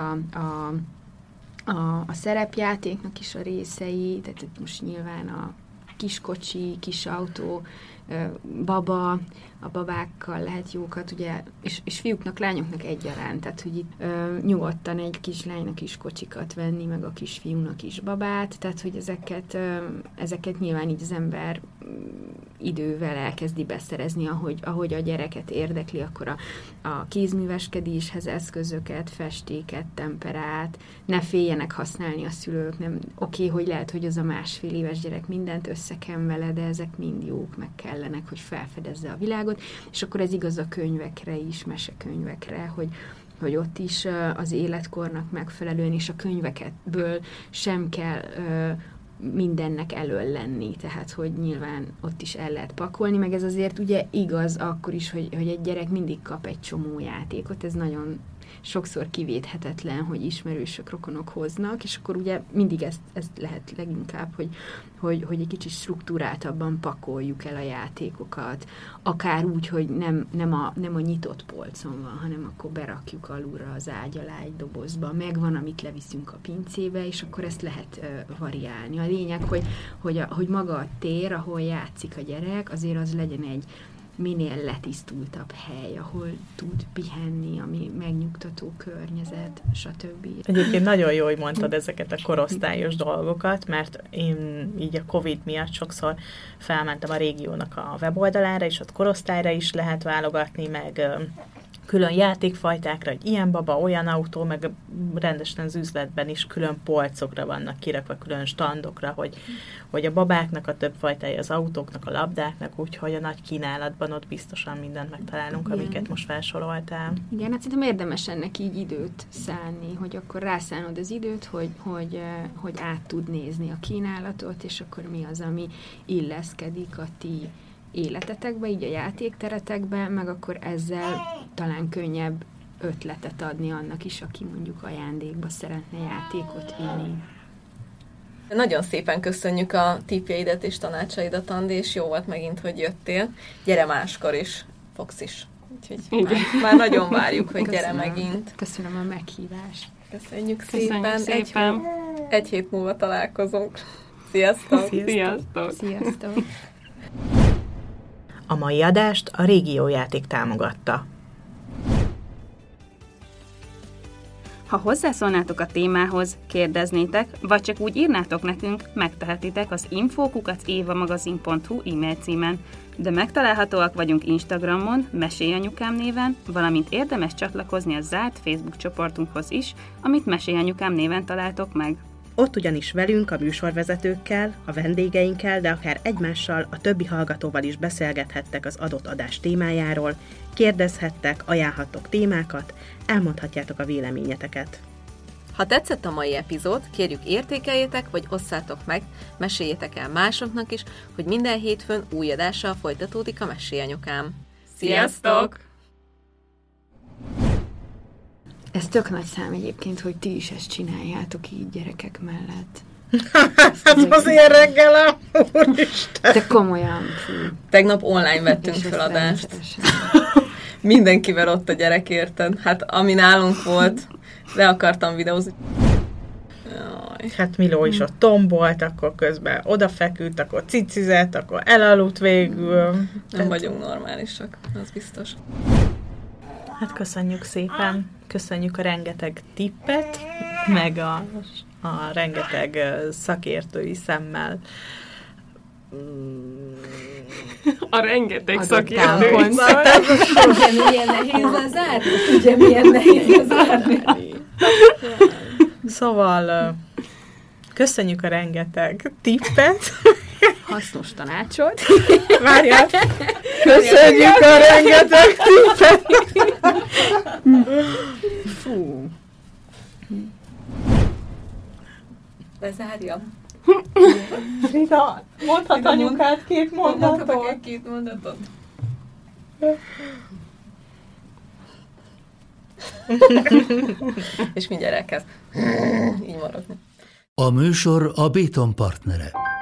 a szerepjátéknak is a részei, tehát most nyilván a kiskocsi, kisautó, baba, a babákkal lehet jókat, ugye, és fiúknak, lányoknak egyaránt, tehát hogy itt nyugodtan egy kislánynak is kocsikat venni, meg a kisfiúnak is babát, tehát hogy ezeket nyilván így az ember idővel elkezdi beszerezni, ahogy a gyereket érdekli, akkor a kézműveskedéshez eszközöket, festéket, temperát, ne féljenek használni a szülők, nem oké, hogy lehet, hogy az a 1,5 éves gyerek mindent összeken vele, de ezek mind jók, meg kellenek, hogy felfedezze a világot, és akkor ez igaz a könyvekre is, mesekönyvekre, hogy ott is az életkornak megfelelően, és a könyvekből sem kell mindennek elől lenni, tehát hogy nyilván ott is el lehet pakolni, meg ez azért ugye igaz akkor is, hogy egy gyerek mindig kap egy csomó játékot, ez nagyon sokszor kivéthetetlen, hogy ismerősök, rokonok hoznak, és akkor ugye mindig ezt lehet leginkább, hogy egy kicsit struktúráltabban pakoljuk el a játékokat, akár úgy, hogy nem a nyitott polcon van, hanem akkor berakjuk alulra az ágy alá egy dobozba, megvan, amit leviszünk a pincébe, és akkor ezt lehet variálni. A lényeg, hogy maga a tér, ahol játszik a gyerek, azért az legyen egy minél letisztultabb hely, ahol tud pihenni, ami megnyugtató környezet, stb. Egyébként nagyon jó, hogy mondtad ezeket a korosztályos dolgokat, mert én így a Covid miatt sokszor felmentem a régiónak a weboldalára, és ott korosztályra is lehet válogatni, meg külön játékfajtákra, hogy ilyen baba, olyan autó, meg rendesen az üzletben is külön polcokra vannak kirakva, külön standokra, hogy a babáknak a több fajtája, az autóknak, a labdáknak, úgyhogy a nagy kínálatban ott biztosan mindent megtalálunk, amiket most felsoroltál. Igen, hát szerintem érdemes ennek így időt szánni, hogy akkor rászánod az időt, hogy át tud nézni a kínálatot, és akkor mi az, ami illeszkedik a ti életetekbe, így a játékteretekbe, meg akkor ezzel talán könnyebb ötletet adni annak is, aki mondjuk ajándékba szeretne játékot vinni. Nagyon szépen köszönjük a tippjeidet és tanácsaidat, Andi, és jó volt megint, hogy jöttél. Gyere máskor is, fogsz is. Úgyhogy már nagyon várjuk, hogy gyere megint. Köszönöm a meghívást. Köszönjük szépen. Egy hét múlva találkozunk. Sziasztok! Sziasztok! A mai adást a Régiójáték támogatta. Ha hozzászólnátok a témához, kérdeznétek, vagy csak úgy írnátok nekünk, megtehetitek az info@évamagazin.hu e-mail címen, de megtalálhatóak vagyunk Instagramon, Mesélyanyukám néven, valamint érdemes csatlakozni a zárt Facebook csoportunkhoz is, amit Mesélyanyukám néven találtok meg. Ott ugyanis velünk, a műsorvezetőkkel, a vendégeinkkel, de akár egymással, a többi hallgatóval is beszélgethettek az adott adás témájáról, kérdezhettek, ajánlhattok témákat, elmondhatjátok a véleményeteket. Ha tetszett a mai epizód, kérjük értékeljétek, vagy osszátok meg, meséljétek el másoknak is, hogy minden hétfőn új adással folytatódik a Mesélyanyukám. Sziasztok! Ez tök nagy szám egyébként, hogy ti is ezt csináljátok így gyerekek mellett. Hát azért reggel, úristen! De komolyan, fú. Tegnap online vettünk fel adást. Mindenkivel ott a gyerek, érted? Hát ami nálunk volt, le akartam videózni. Jaj. Hát Miló is ott tombolt, akkor közben odafeküdt, akkor cicizett, akkor elaludt végül. Nem vagyunk normálisak, az biztos. Hát köszönjük szépen, köszönjük a rengeteg tippet, meg a rengeteg szakértői szemmel. A rengeteg szakértői Ugye milyen nehéz zárni? Ugye milyen nehéz zárni? Szóval köszönjük a rengeteg tippet. Hasznos tanácsot. Várjál! Köszönjük a rengeteg tippet! Fú. Bezárjam. Frida, mondhat anyukát két mondatot? Mondhatok két mondatot? És mindjárt elkezd így maradni. A műsor a Béton partnere.